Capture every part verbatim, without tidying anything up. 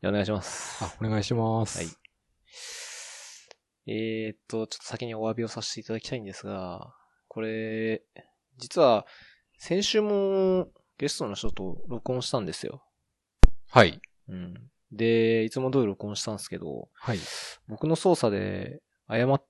お願いします。 あ、お願いします。 はい。えーっと、ちょっと先にお詫びをさせていただきたいんですが、これ、実は、先週もゲストの人と録音したんですよ。 はい。 うん。で、いつも通り録音したんですけど、 はい。 僕の操作で誤って、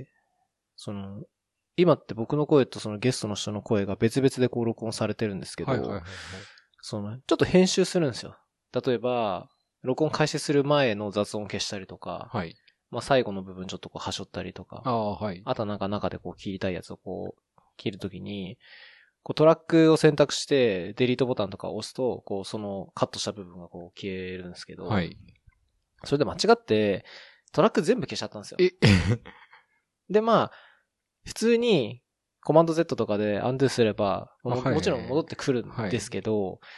その、今って僕の声とそのゲストの人の声が別々でこう録音されてるんですけど、 はいはいはい、はい。 その、ちょっと編集するんですよ。例えば、録音開始する前の雑音消したりとか、 はい。 まあ最後の部分ちょっとこう端折ったりとか、 ああ、はい。 あとはなんか中でこう切りたいやつをこう切るときに、こうトラックを選択してデリートボタンとかを押すと、こうそのカットした部分がこう消えるんですけど、 はい。 それで間違ってトラック全部消しちゃったんですよ。 えで、まあ、普通にコマンド Z とかでアンドゥすればも、 はい、 もちろん戻ってくるんですけど、はい、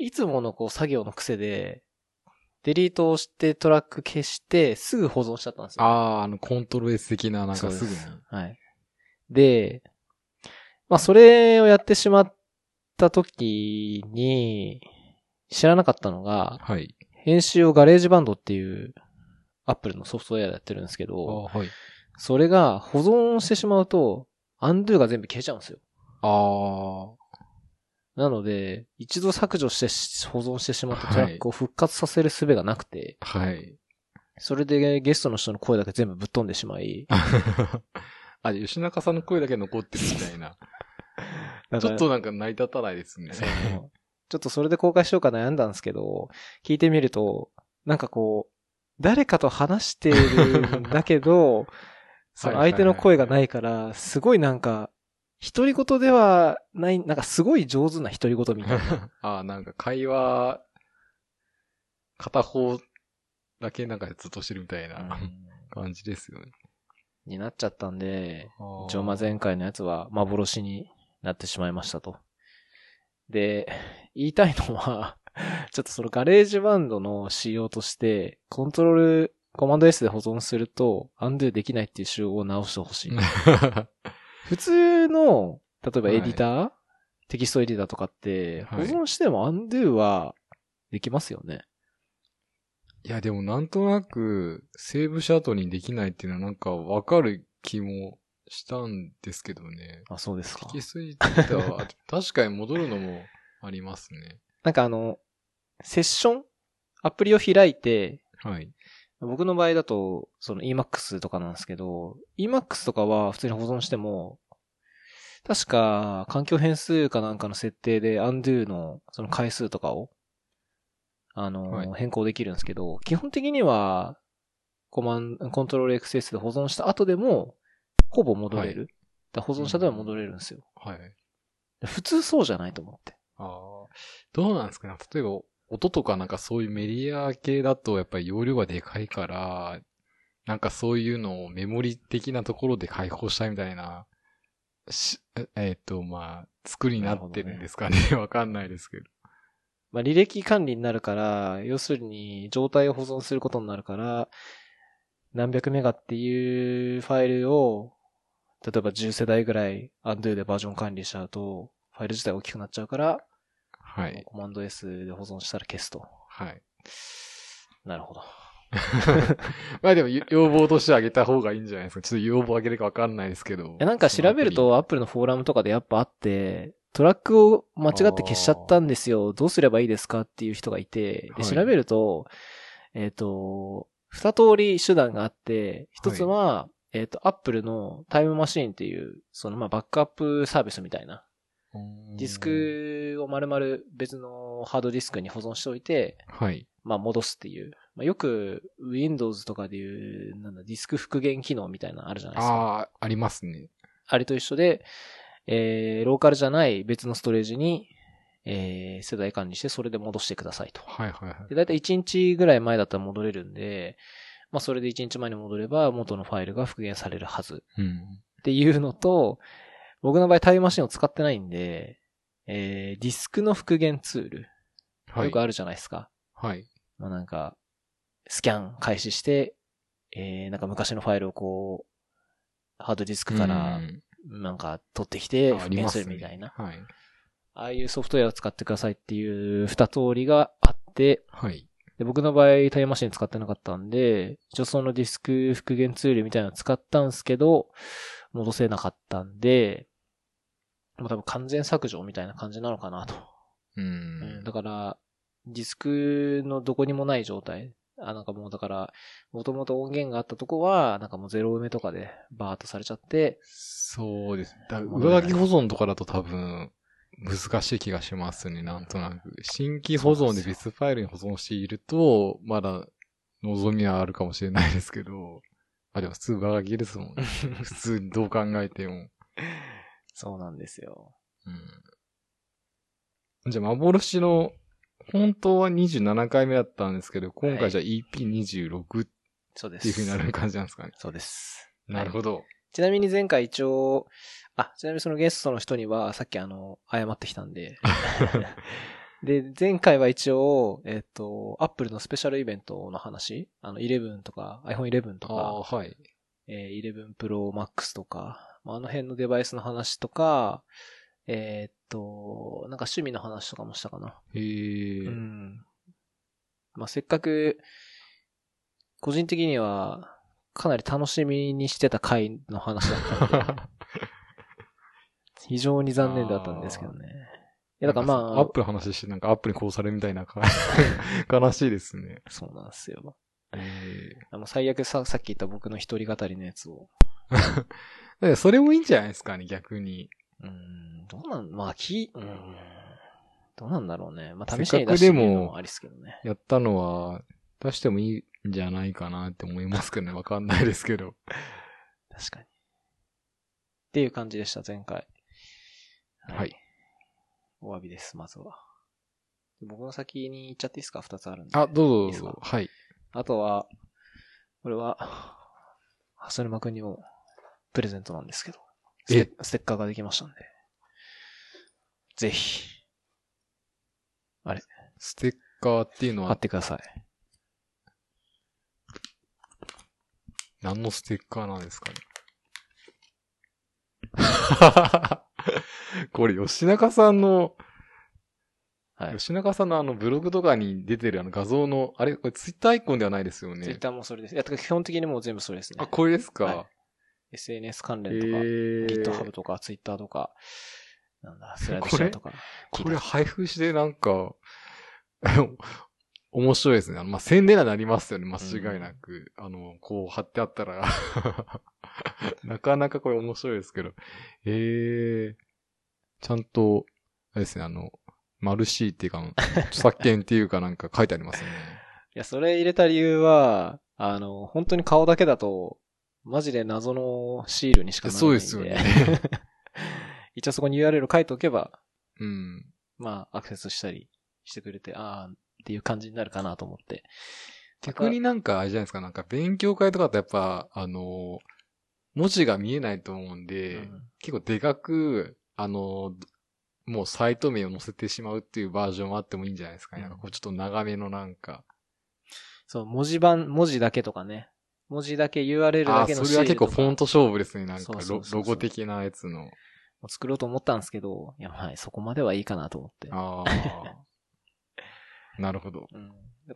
いつものこう作業の癖で、デリートをしてトラック消してすぐ保存しちゃったんですよ。 ああ、あのコントロール S 的ななんかすぐに。 はい。で、まあそれをやってしまった時に知らなかったのが、 はい。 編集をガレージバンドっていうアップルのソフトウェアでやってるんですけど、 あ、はい。 それが保存してしまうと、アンドゥが全部消えちゃうんですよ。 ああ。 なので、一度削除して保存してしまったトラックを復活させる術がなくて、 はい。 それでゲストの人の声だけ全部ぶっ飛んでしまい。 あ、吉中さんの声だけ残ってるみたいな。ちょっとなんか成り立たないですね。 ちょっとそれで公開しようか悩んだんですけど、聞いてみると、なんかこう、誰かと話してるんだけど、その相手の声がないから、すごいなんか、独り言ではない、なんかすごい上手な独り言みたいな。 ああ、なんか会話、片方だけなんかずっとしてるみたいな感じですよね。 になっちゃったんで、一応まあ前回のやつは幻になってしまいましたと。で、言いたいのは、ちょっとそのガレージバンドの仕様として、コントロール、コマンド S で保存すると、アンドゥできないっていう仕様を直してほしい。普通の、例えばエディター、はい、テキストエディターとかって、保存してもアンドゥはできますよね。 いや、でもなんとなく、セーブした後にできないっていうのはなんかわかる気もしたんですけどね。 あ、そうですか。 テキストエディターは、確かに戻るのもありますね。 なんかあの、セッションアプリを開いて、 はい。 僕の場合だと、その Emacs とかなんですけど、Emacs とかは普通に保存しても、確か環境変数かなんかの設定で undo のその回数とかを、あの、はい、変更できるんですけど、基本的には、コマン、コントロール エックスエス で保存した後でも、ほぼ戻れる。はい、保存した後では戻れるんですよ。 はい。 普通そうじゃないと思って。 ああ。どうなんですかね。例えば、音とかなんかそういうメディア系だとやっぱり容量がでかいから、なんかそういうのをメモリ的なところで解放したいみたいな、しえっ、ー、と、まあ、作りになってるんですかね。わかんないですけど。 まあ、履歴管理になるから、要するに状態を保存することになるから、何百メガっていうファイルを、例えばじゅう世代ぐらい undo でバージョン管理しちゃうと、ファイル自体大きくなっちゃうから、 はい。 コマンド S で保存したら消すと。 はい。 なるほど。 まあでも要望としてあげた方がいいんじゃないですか。ちょっと要望あげるかわかんないですけど。 なんか調べると Apple のフォーラムとかでやっぱあって、トラックを間違って消しちゃったんですよ。どうすればいいですかっていう人がいて、で、調べると、はい、えっと、二通り手段があって、一つは、はい、えっと、Apple のタイムマシーンっていう、そのまあバックアップサービスみたいな。ディスクを丸々別のハードディスクに保存しておいて、 はい。 まあ戻すっていう。まあ、よく Windows とかでいう、なんだ、ディスク復元機能みたいなのあるじゃないですか。 ああ、ありますね。 あれと一緒で、えー、ローカルじゃない別のストレージに、えー、世代管理してそれで戻してくださいと。 はいはいはい。 で、だいたいいちにちぐらい前だったら戻れるんで、まあそれでいちにちまえに戻れば元のファイルが復元されるはず。 うん。 っていうのと、僕の場合タイムマシンを使ってないんで、えー、ディスクの復元ツール。はい、よくあるじゃないですか。 はい。 まあなんか、スキャン開始して、えー、なんか昔のファイルをこう、ハードディスクから、なんか取ってきて復元するみたいな。 あ、ね、はい。 ああいうソフトウェアを使ってくださいっていう二通りがあって、 はい。 で、僕の場合タイムマシン使ってなかったんで、一応そのディスク復元ツールみたいなの使ったんですけど、戻せなかったんで、もう多分完全削除みたいな感じなのかなと。 うん。 うん、だから、ディスクのどこにもない状態。あ、なんかもうだから、もともと音源があったとこは、なんかもうゼロ埋めとかでバーっとされちゃって。 そうです。だ上書き保存とかだと多分、難しい気がしますね、なんとなく。新規保存で別ファイルに保存していると、まだ望みはあるかもしれないですけど、あ、でも普通上書きですもんね。普通どう考えても。 そうなんですよ。 うん。じゃあ幻の、本当はにじゅうななかいめだったんですけど、今回じゃあ イーピーにじゅうろくそうです。 っていう風になる感じなんですかね。 そうです。 なるほど。 はい、ちなみに前回一応、あ、ちなみにそのゲストの人には、さっきあの、謝ってきたんで。で、前回は一応、えっと、Apple のスペシャルイベントの話、あの、じゅういちとか、アイフォンイレブン とか、 あはい。 えー、じゅういち Pro Max とか、あの辺のデバイスの話とか、えー、っと、なんか趣味の話とかもしたかな。 へー。 うん。まあ、せっかく、個人的には、かなり楽しみにしてた回の話だったんで、非常に残念だったんですけどね。いや、だからまあ。 アップル話してなんかアップルに殺されるみたいな悲しいですね。 そうなんですよ。 えあの、最悪さ、さっき言った僕の一人語りのやつを。 それもいいんじゃないですかね、逆に。 うーん、どうなん、まあ、き、うーん、どうなんだろうね。まあ、 せっ試しに出かくでしてみるのももありですけどね。 やったのは、出してもいいんじゃないかなって思いますけどね。わかんないですけど。 確かに。っていう感じでした、前回。 はい。はい、 お詫びです、まずは。僕の先に行っちゃっていいですか？二つあるんで。 あ、どうぞ。いいですか？ はい。 あとは、これは、ハスルマ君にもプレゼントなんですけど、ステステッカーができましたんで。ぜひ。あれ？ ステッカーっていうのは貼ってください。 何のステッカーなんですかね。これ、吉中さんの、はい、吉中さんのあのブログとかに出てるあの画像の、あれ、これツイッターアイコンではないですよね。 ツイッターもそれです。いや、基本的にもう全部それですね。 あ、これですか、 はい、エスエヌエス 関連とか、GitHub とか Twitter とか、なんだ、スライドシェアとか。 これ、これ配布してなんか、面白いですね。あの、まあ、宣伝になりますよね。間違いなく。うん、あの、こう貼ってあったら、なかなかこれ面白いですけど。へえ。ちゃんと、あれですね、あの、マルシーっていうか、著作権っていうかなんか書いてありますね。 いや、それ入れた理由は、あの、本当に顔だけだと、マジで謎のシールにしかならないんで。 そうですよね。 一応そこに ユーアールエル 書いておけば、 うん。 まあ、アクセスしたりしてくれて、ああ、っていう感じになるかなと思って。 逆になんか、あれじゃないですか、なんか勉強会とかってやっぱ、あの、文字が見えないと思うんで、うん、結構でかく、あの、もうサイト名を載せてしまうっていうバージョンもあってもいいんじゃないですかね。うん、なんかこうちょっと長めのなんか。 そう、文字盤、文字だけとかね。文字だけ ユーアールエル だけのシールとか。 あ、それは結構フォント勝負ですね。なんか ロ, そうそうそうそうロゴ的なやつの。 作ろうと思ったんですけど、いや、はい、そこまではいいかなと思って。 ああ。なるほど。 うん、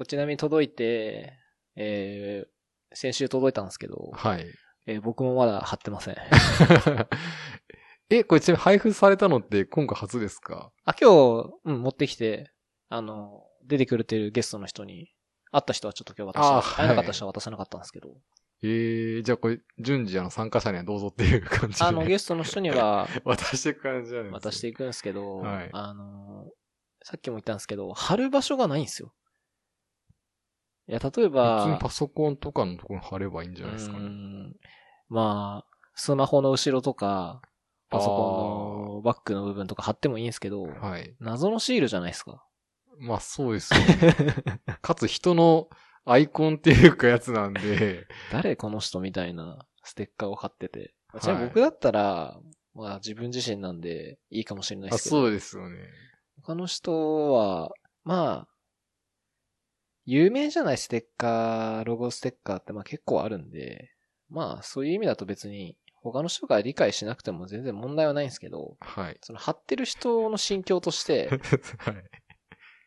ちなみに届いて、えー、先週届いたんですけど、 はい。 えー、僕もまだ貼ってません。 え、これちなみに配布されたのって今回初ですか？ あ、今日、うん、持ってきて、あの、出てくれてるゲストの人に、会った人はちょっと今日渡した。会えなかった人は渡さなかったんですけど。 ええー、じゃあこれ、順次あの参加者にはどうぞっていう感じで。 あの、ゲストの人には、 渡していく感じじゃないですか。 渡していくんですけど、 はい、 あの、さっきも言ったんですけど、貼る場所がないんですよ。いや、例えば、 普通にパソコンとかのところに貼ればいいんじゃないですかね。 うんまあ、スマホの後ろとか、パソコンのバックの部分とか貼ってもいいんですけど、はい、謎のシールじゃないですか。 まあそうですよね。かつ人のアイコンっていうかやつなんで。 誰この人みたいなステッカーを貼ってて。ちなみに僕だったら、まあ自分自身なんでいいかもしれないですけど。 あ、そうですよね。 他の人は、まあ、有名じゃないステッカー、ロゴステッカーってまあ結構あるんで、まあそういう意味だと別に他の人が理解しなくても全然問題はないんですけど、 はい。 その貼ってる人の心境として、 はい。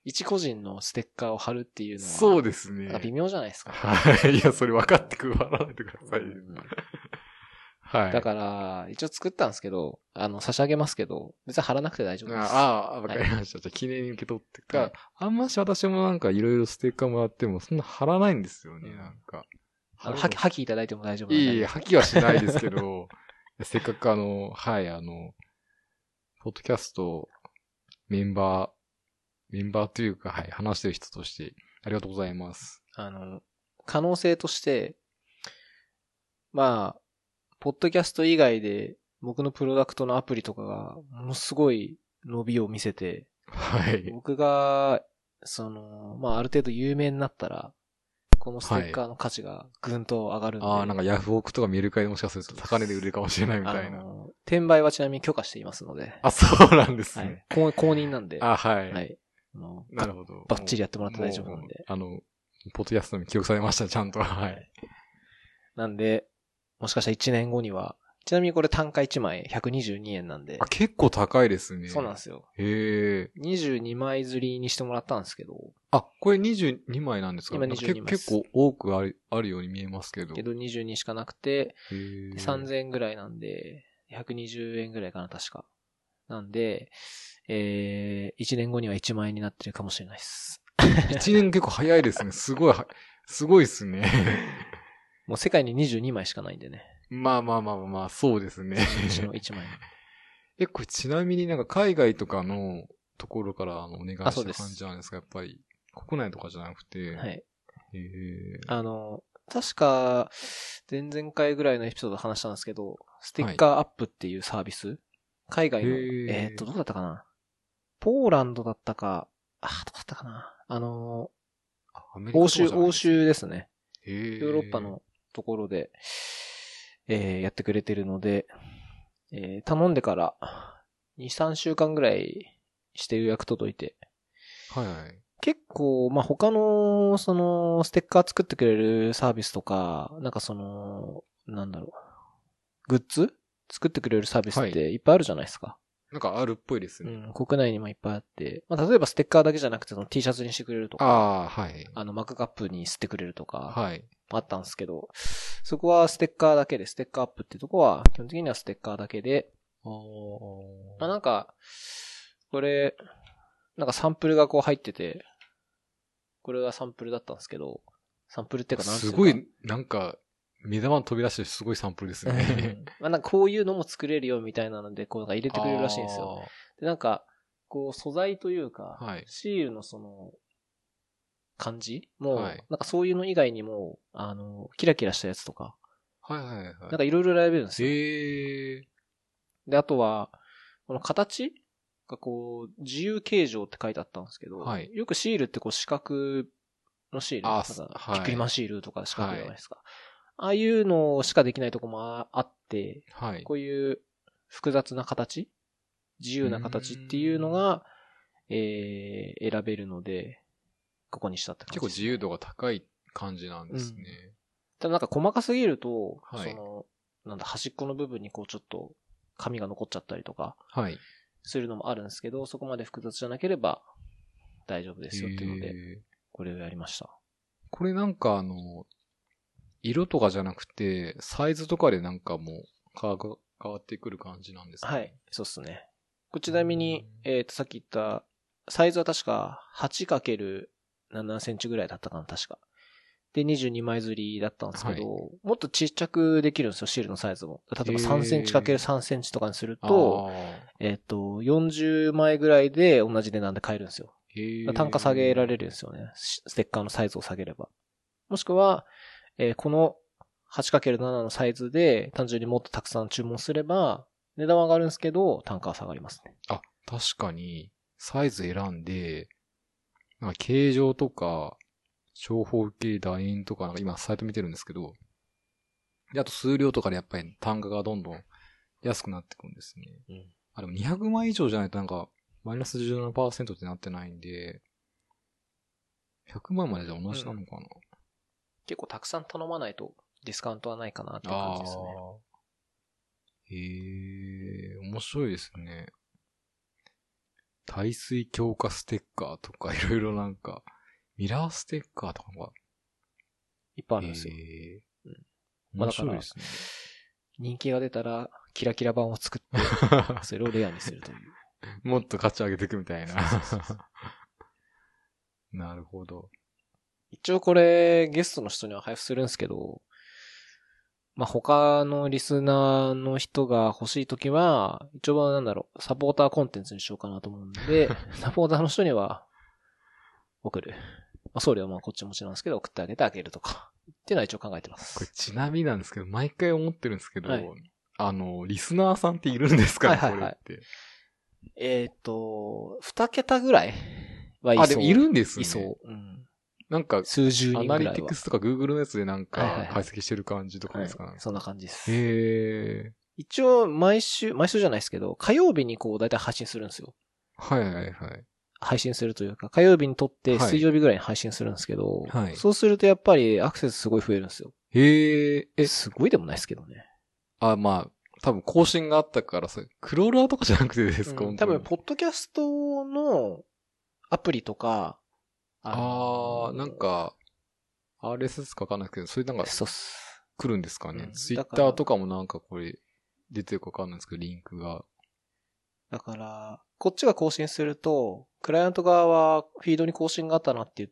一個人のステッカーを貼るっていうのは。 そうですね。 微妙じゃないですか。 はい。いや、それ分かって配らないでください。うん、はい。 だから、一応作ったんですけど、あの、差し上げますけど、別に貼らなくて大丈夫です。 ああ、わかりました。はい、じゃあ、記念に受け取ってか、はい、あんまし私もなんかいろいろステッカーもらっても、そんな貼らないんですよね、うん、なんか。 あの、はき、はきいただいても大丈夫いい、はきはしないですけど、せっかくあの、はい、あの、ポッドキャストメンバー、メンバーというか、はい、話してる人として、ありがとうございます。 あの、可能性として、まあ、ポッドキャスト以外で、僕のプロダクトのアプリとかが、ものすごい伸びを見せて、 はい。 僕が、その、まあ、ある程度有名になったら、このステッカーの価値がぐんと上がるんで。 はい、ああ、なんかヤフオクとかメルカリでもしかすると高値で売れるかもしれないみたいな。あの転売はちなみに許可していますので。 あ、そうなんですね。 はい、公認なんで。 あ、はい。 はい。あのなるほど。 バッチリやってもらって大丈夫なんで。 あの、ポッドキャストに記憶されました、ちゃんと。はい。 なんで、もしかしたらいちねんごには、ちなみにこれ単価いちまいひゃくにじゅうにえんなんで。 あ、結構高いですね。 そうなんですよ。 へえ。 にじゅうにまい刷りにしてもらったんですけど。 あ、これにじゅうにまいなんですか？ 今にじゅうにまいです。 結構多くある、あるように見えますけど。 けどにじゅうにしかなくて、 へさんぜんえんぐらいなんで、ひゃくにじゅうえんぐらいかな、確か。なんで、えー、いちねんごにはいちまんえんになってるかもしれないです。 いちねん結構早いですね。すごい、すごいですね。 もう世界ににじゅうにまいしかないんでね。 まあまあまあまあ、そうですね。 うちのいちまい。 え、これちなみになんか海外とかのところからあのお願いした感じなんですか？やっぱり。国内とかじゃなくて。 はい。 へえ。 あの、確か、前々回ぐらいのエピソードで話したんですけど、ステッカーアップっていうサービス、はい、海外の、えっと、どこだったかな？ポーランドだったか、あ、どこだったかな？あの、 アメリカ欧州、欧州ですね。 ヨーロッパのところで、えー、やってくれてるので、えー、頼んでからに、さんしゅうかんぐらいして予約届いて。 はいはい。 結構、まあ、他の、その、ステッカー作ってくれるサービスとか、なんかその、なんだろう、グッズ作ってくれるサービスっていっぱいあるじゃないですか。はい、 なんかあるっぽいですね。 うん、国内にもいっぱいあって、まあ、例えばステッカーだけじゃなくて、その T シャツにしてくれるとか、 ああ、はい。 あの、マグカップに吸ってくれるとか、 はい。 あったんですけど、そこはステッカーだけで、ステッカーアップっていうとこは、基本的にはステッカーだけで、ああ、なんか、これ、なんかサンプルがこう入ってて、これがサンプルだったんですけど、サンプルっていうかなんていうか。 すごい、なんか、目玉飛び出してるすごいサンプルですね。 まあなんかこういうのも作れるよみたいなので、こうなんか入れてくれるらしいんですよ。で、なんか、こう素材というか、はい、シールのその、感じもう、はい、なんかそういうの以外にも、あの、キラキラしたやつとか、 はいはいはい。 なんかいろいろ選べるんですよ。 へー。 で、あとは、この形がこう、自由形状って書いてあったんですけど、はい、よくシールってこう四角のシール、なんかピックリマンシールとか四角じゃないですか。はい、ああいうのしかできないとこもあって、はい、こういう複雑な形、自由な形っていうのが、えー、選べるので、ここにしたって感じです、ね。 結構自由度が高い感じなんですね。うん、 ただなんか細かすぎると、はい、その、なんだ、端っこの部分にこうちょっと紙が残っちゃったりとか、はい。するのもあるんですけど、そこまで複雑じゃなければ大丈夫ですよっていうので、これをやりました。 これなんかあの、色とかじゃなくて、サイズとかでなんかもう変わってくる感じなんですか？ はい、そうっすね。ちなみに、えっと、さっき言った、サイズは確か はちかけるなな センチぐらいだったかな、確か。で、にじゅうにまい刷りだったんですけど、はい、もっとちっちゃくできるんですよ、シールのサイズも。例えばさんセンチかけるさんセンチとかにすると、えっと、よんじゅうまいぐらいで同じ値段で買えるんですよ。単価下げられるんですよね。ステッカーのサイズを下げれば。もしくは、えー、この はちかけるなな のサイズで単純にもっとたくさん注文すれば、値段は上がるんですけど、単価は下がりますね。 あ、確かに、サイズ選んで、なんか形状とか、長方形、楕円とか、なんか今サイト見てるんですけど、で、あと数量とかでやっぱり単価がどんどん安くなってくんですね。うん、あ、でもにひゃくまい以上じゃないとなんか、マイナス じゅうななパーセント ってなってないんで、ひゃくまいまでじゃ同じなのかな、うん、 結構たくさん頼まないとディスカウントはないかなっていう感じですね。 へえ、面白いですね。 耐水強化ステッカーとか、いろいろなんか、ミラーステッカーとかがいっぱいあるんですよ。 えー、うん、 まあ、 面白いですね。 人気が出たら、キラキラ版を作って、それをレアにするという。 もっと価値上げていくみたいな。 そうそうそうなるほど。 一応これ、ゲストの人には配布するんですけど、まあ、他のリスナーの人が欲しいときは、一応なんだろう、サポーターコンテンツにしようかなと思うんで、サポーターの人には送る。まあ、送料はまあこっちもちろんですけど、送ってあげてあげるとか。っていうのは一応考えてます。 これちなみになんですけど、毎回思ってるんですけど、 はい、 あの、リスナーさんっているんですかね、はいはいはい、これって。 えっと、二桁ぐらいはいそう。 あ、でもいるんですね。 いそう。うん。 なんか、 数十人ぐらいは。 アナリティクスとか Google のやつでなんか解析してる感じとかですかね。 はいはいはい、そんな感じです。 へー。 一応、毎週、毎週じゃないですけど、火曜日にこう、だいたい配信するんですよ。 はいはいはい。 配信するというか、火曜日に撮って水曜日ぐらいに配信するんですけど、はい、そうするとやっぱりアクセスすごい増えるんですよ。 へー。 え、すごいでもないですけどね。 あ、まあ、多分更新があったから、それ、クローラーとかじゃなくてですか、 うん、多分、ポッドキャストのアプリとか、 あー、あなんか、アールエスエス かわかんないけど、それなんか、 そうっす。 来るんですかね。ツイッターとかもなんかこれ、出てるかわかんないですけど、リンクが。 だから、こっちが更新すると、クライアント側はフィードに更新があったなって言って、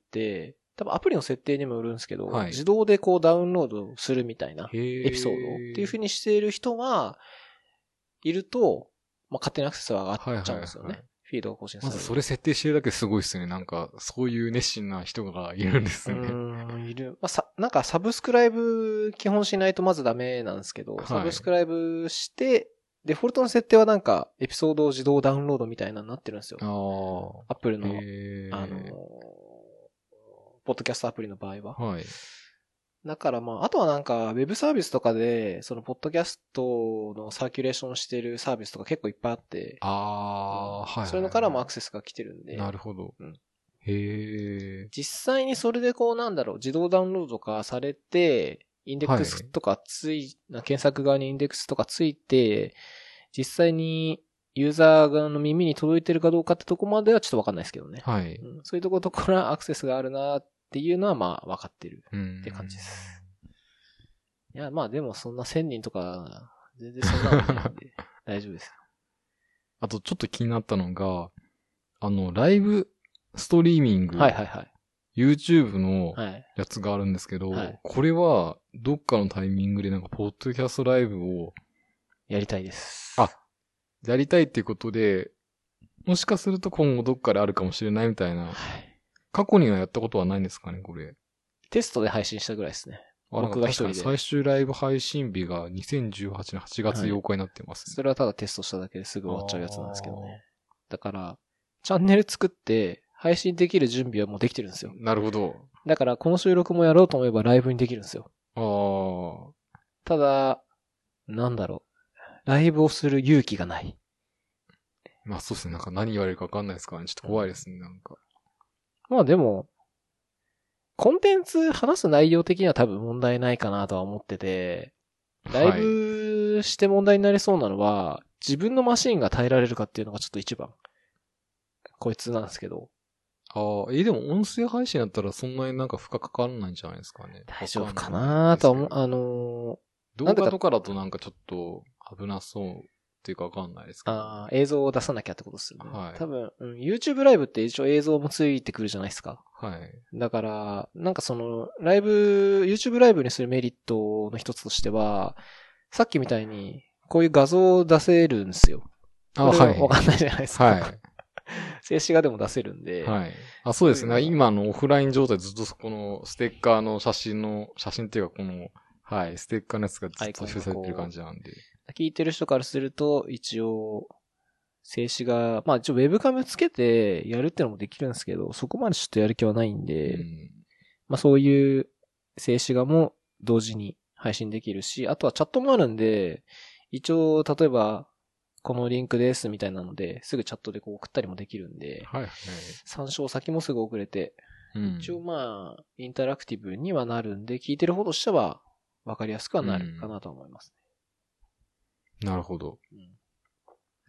多分アプリの設定にもよるんですけど、はい、自動でこうダウンロードするみたいなエピソードっていう風にしている人は、いると、まあ、勝手にアクセスが上がっちゃうんですよね。はいはいはい、フィードが更新される。 まずそれ設定してるだけすごいですね。なんか、そういう熱心な人がいるんですね。 うーん、いる。まあ、さ、なんかサブスクライブ基本しないとまずダメなんですけど、はい、サブスクライブして、デフォルトの設定はなんか、エピソードを自動ダウンロードみたいなのになってるんですよ。ああ。アップルの、あの、ポッドキャストアプリの場合は。はい。だからまあ、あとはなんか、ウェブサービスとかで、その、ポッドキャストのサーキュレーションしてるサービスとか結構いっぱいあって。 ああ、うん、はい。 そういうのからもアクセスが来てるんで。 なるほど。うん、 へえ。実際にそれでこうなんだろう、自動ダウンロード化されて、インデックスとかつい、はい、検索側にインデックスとかついて、実際にユーザー側の耳に届いてるかどうかってとこまではちょっとわかんないですけどね。はい。うん、そういうところとからアクセスがあるなっていうのはまあわかってるって感じです。いや、まあでもそんなせんにんとか、全然そんなのないんで大丈夫ですよ。 あとちょっと気になったのが、あの、ライブストリーミング。はいはいはい。YouTube のやつがあるんですけど、はい、これはどっかのタイミングでなんかポッドキャストライブをやりたいです。 あ、やりたいっていうことで、もしかすると今後どっかであるかもしれないみたいな。はい、過去にはやったことはないんですかね、これ。 テストで配信したぐらいですね。僕が一人で。 最終ライブ配信日がにせんじゅうはちねんはちがつようかになってますね、 はい。それはただテストしただけですぐ終わっちゃうやつなんですけどね。だから、チャンネル作って配信できる準備はもうできてるんですよ。 なるほど。 だからこの収録もやろうと思えばライブにできるんですよ。ああ。ただ、なんだろう。ライブをする勇気がない。 まあそうですね。なんか何言われるか分かんないですからね。ちょっと怖いですね、なんか。 まあでも、コンテンツ話す内容的には多分問題ないかなとは思ってて、ライブして問題になりそうなのは、はい、自分のマシンが耐えられるかっていうのがちょっと一番、こいつなんですけど。 ああ、え、でも音声配信だったらそんなになんか負荷かからないんじゃないですかね。 大丈夫かなとは思う、あのー、 動画とかだとなんかちょっと危なそうっていうかわかんないですけど。 ああ、映像を出さなきゃってことですよね。はい。多分、うん、YouTube ライブって一応映像もついてくるじゃないですか。はい。だから、なんかその、ライブ、YouTube ライブにするメリットの一つとしては、さっきみたいに、こういう画像を出せるんですよ。あ、はい。わかんないじゃないですか。はい。静止画でも出せるんで。 はい。あ、そうですね。今のオフライン状態ずっとこのステッカーの写真の、写真っていうかこの、はい、ステッカーのやつがずっと表示されてる感じなんで。 聞いてる人からすると、一応、静止画、まあ一応ウェブカムつけてやるってのもできるんですけど、そこまでちょっとやる気はないんで、うん、まあそういう静止画も同時に配信できるし、あとはチャットもあるんで、一応例えば、このリンクですみたいなので、すぐチャットでこう送ったりもできるんで、はいはい、参照先もすぐ送れて、うん、一応まあ、インタラクティブにはなるんで、聞いてる方としては分かりやすくはなるかなと思いますね。 うん、なるほど。うん、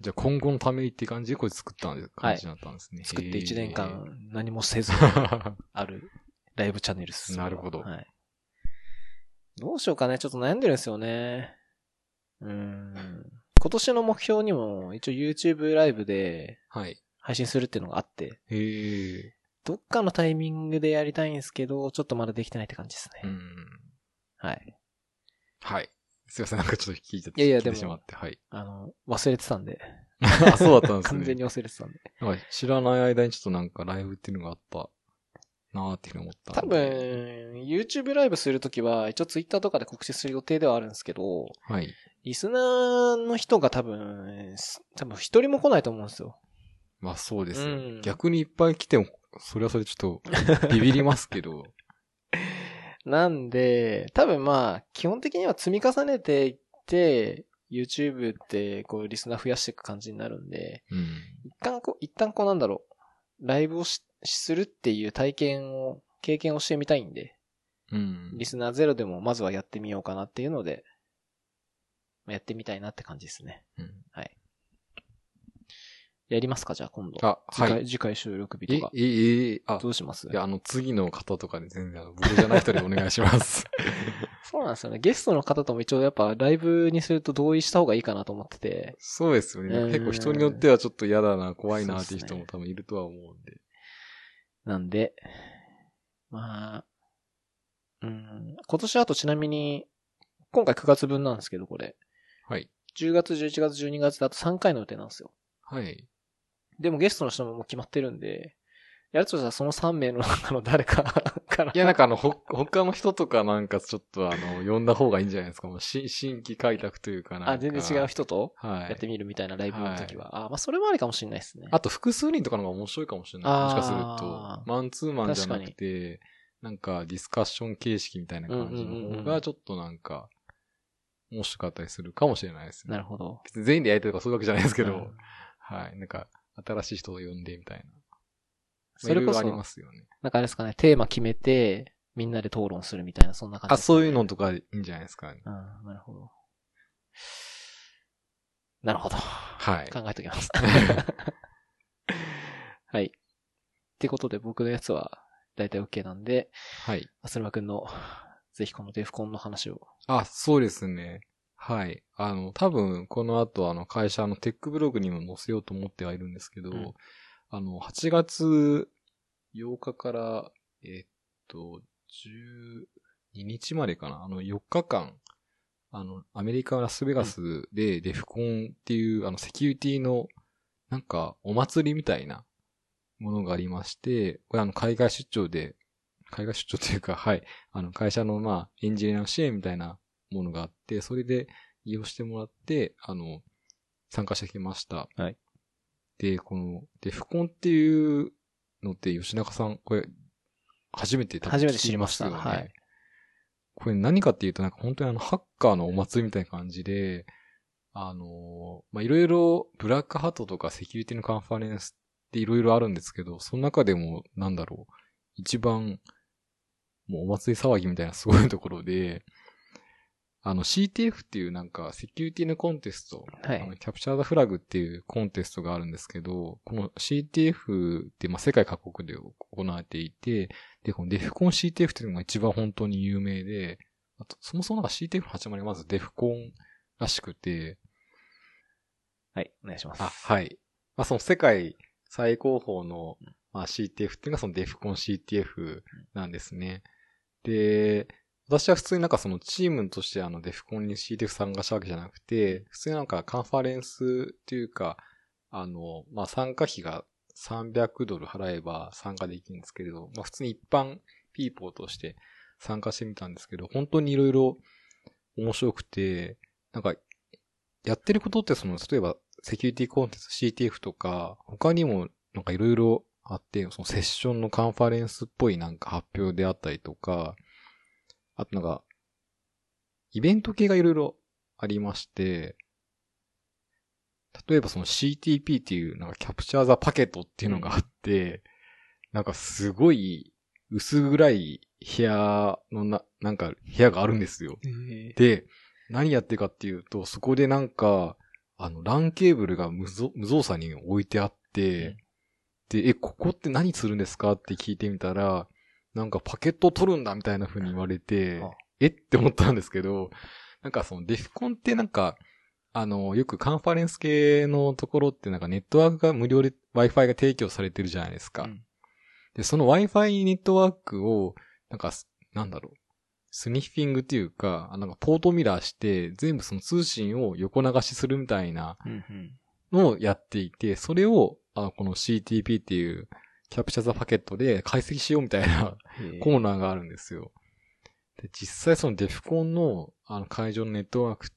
じゃあ今後のためにって感じでこれ作った感じだったんですね。はい、 作っていちねんかん何もせずあるライブチャンネルです。 なるほど。 はい。どうしようかね。ちょっと悩んでるんですよね。うーん。今年の目標にも一応 YouTube ライブで配信するっていうのがあって。 へー。 どっかのタイミングでやりたいんですけど、ちょっとまだできてないって感じですね。 うん。 はい。 はい。すいません、なんかちょっと聞いちゃって、 いやいやでもしまって、はい。 あの、忘れてたんで。 あ、そうだったんですね。 完全に忘れてたんで。 なんか知らない間にちょっとなんかライブっていうのがあったなーっていうふうに思ったんで。 多分、YouTube ライブするときは、一応 Twitter とかで告知する予定ではあるんですけど、 はい。 リスナーの人が多分、多分一人も来ないと思うんですよ。 まあそうですよ。 うん、 逆にいっぱい来ても、それはそれちょっとビビりますけど。 なんで、多分まあ、基本的には積み重ねていって、YouTube ってこうリスナー増やしていく感じになるんで、 うん、 一旦こう、一旦こうなんだろう、ライブをしするっていう体験を、経験をしてみたいんで、 うん、 リスナーゼロでもまずはやってみようかなっていうので、やってみたいなって感じですね。 うん、 はい。やりますかじゃあ今度。 あ、 次回、 はい。 次回収録日とか。 え、え、え、あ、 どうします？ いや、あの、次の方とかで全然、あの、僕じゃない人でお願いします。 そうなんですよね。ゲストの方とも一応やっぱライブにすると同意した方がいいかなと思ってて。 そうですよね。 うん、 結構人によってはちょっと嫌だな、怖いなっていう人も多分いるとは思うんで。 なんで、まあ、うん、今年あとちなみに、今回くがつぶんなんですけど、これ。 はい。 じゅうがつ、じゅういちがつ、じゅうにがつだとさんかいの予定なんですよ。 はい。 でもゲストの人ももう決まってるんで、やるとしたらそのさんめいの中の誰かから。 いや、なんかあの、ほ、他の人とかなんかちょっとあの、呼んだ方がいいんじゃないですか。もうし、新規開拓というかなんか。 あ、全然違う人とはい。 やってみるみたいなライブの時は。はい、あ、まあそれもありかもしれないですね。 あと複数人とかの方が面白いかもしれない。もしかすると。マンツーマンじゃなくて、なんかディスカッション形式みたいな感じの方がちょっとなんか、面白かったりするかもしれないですね。 なるほど。 別に全員でやりたいとかそういうわけじゃないですけど、うん、はい。なんか、新しい人を呼んでみたいな。それこそありますよね。 なんかあれですかね、テーマ決めて、みんなで討論するみたいな、そんな感じ、 ね。あ、そういうのとかいいんじゃないですかね。 うん、なるほど。なるほど。 はい。 考えときます。はい。ってことで僕のやつは大体 OK なんで、 はい。 アスルマくんの、ぜひこのデフコンの話を。 あ、そうですね。はい。あの、多分、この後、あの、会社のテックブログにも載せようと思ってはいるんですけど、うん、あの、はちがつようかから、えっと、じゅうににちまでかな。あの、よっかかん、あの、アメリカ・ラスベガスでデフコンっていう、あの、セキュリティの、なんか、お祭りみたいなものがありまして、これあの、海外出張で、海外出張というか、はい、あの、会社の、まあ、エンジニアの支援みたいなものがあって、それで利用してもらって、あの、参加してきました。 はい。 で、この、デフコンっていうのって、吉中さん、これ、初めて多分初めて知りました。はい。 これ何かっていうと、なんか本当にあの、ハッカーのお祭りみたいな感じで、あの、まあ、いろいろ、ブラックハットとかセキュリティのカンファレンスっていろいろあるんですけど、その中でも、なんだろう、一番、もうお祭り騒ぎみたいなすごいところで、あの シーティーエフ っていうなんかセキュリティのコンテスト、はい、あのキャプチャーザフラグっていうコンテストがあるんですけど、この シーティーエフ ってまあ世界各国で行われていて、で、このデフコン シーティーエフ っていうのが一番本当に有名で、あとそもそもなんか シーティーエフ の始まりはまずデフコンらしくて、 はい、お願いします。 あ、はい。まあその世界最高峰の、まあ、シーティーエフ っていうのがそのデフコン シーティーエフ なんですね。で、私は普通になんかそのチームとしてあのデフコンに シーティーエフ 参加したわけじゃなくて、普通になんかカンファレンスっていうか、あの、まあ、参加費がさんびゃくドル払えば参加できるんですけれど、まあ、普通に一般ピーポーとして参加してみたんですけど、本当にいろいろ面白くて、なんか、やってることってその、例えばセキュリティコンテンツ シーティーエフ とか、他にもなんかいろいろあって、そのセッションのカンファレンスっぽいなんか発表であったりとか、あとなんか、イベント系がいろいろありまして、例えばその シーティーピー っていうなんかキャプチャーザパケットっていうのがあって、うん、なんかすごい薄暗い部屋のな、なんか部屋があるんですよ。で、何やってるかっていうと、そこでなんか、 あの、ランケーブルが無造無造作に置いてあって、うん、で、え、ここって何するんですかって聞いてみたら、なんかパケットを取るんだみたいな風に言われて、うん、えって思ったんですけど、なんかそのデフコンってなんか、あの、よくカンファレンス系のところってなんかネットワークが無料で Wi-Fi が提供されてるじゃないですか。うん、で、その Wi-Fi ネットワークを、なんか、なんだろう、スニッフィングっていうか、なんかポートミラーして、全部その通信を横流しするみたいなのをやっていて、それを、あの、この シーティーピー っていうキャプチャーザパケットで解析しようみたいなコーナーがあるんですよ。で、実際そのデフコンのあの会場のネットワークって、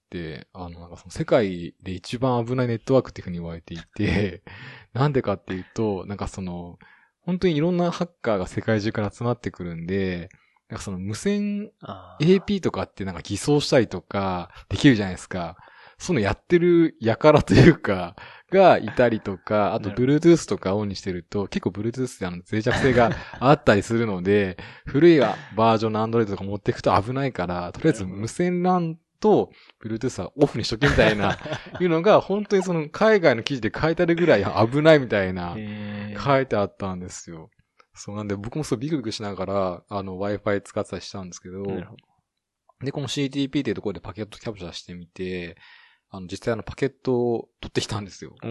あのなんかその世界で一番危ないネットワークっていうふうに言われていて、なんでかっていうと、なんかその、本当にいろんなハッカーが世界中から集まってくるんで、なんかその無線 エーピー とかってなんか偽装したりとかできるじゃないですか。そのやってる輩というか、がいたりとか、あと Bluetooth とかオンにしてると、結構 Bluetooth ってあの脆弱性があったりするので、古いバージョンの Android とか持っていくと危ないから、とりあえず無線 ラン と Bluetooth はオフにしとけみたいな、いうのが本当にその海外の記事で書いてあるぐらい危ないみたいな、書いてあったんですよ。そうなんで僕もそうビクビクしながら、あの Wi-Fi 使ってたりしたんですけど、で、この シーティーピー っていうところでパケットキャプチャーしてみて、あの、実際あのパケットを取ってきたんですよ。うん、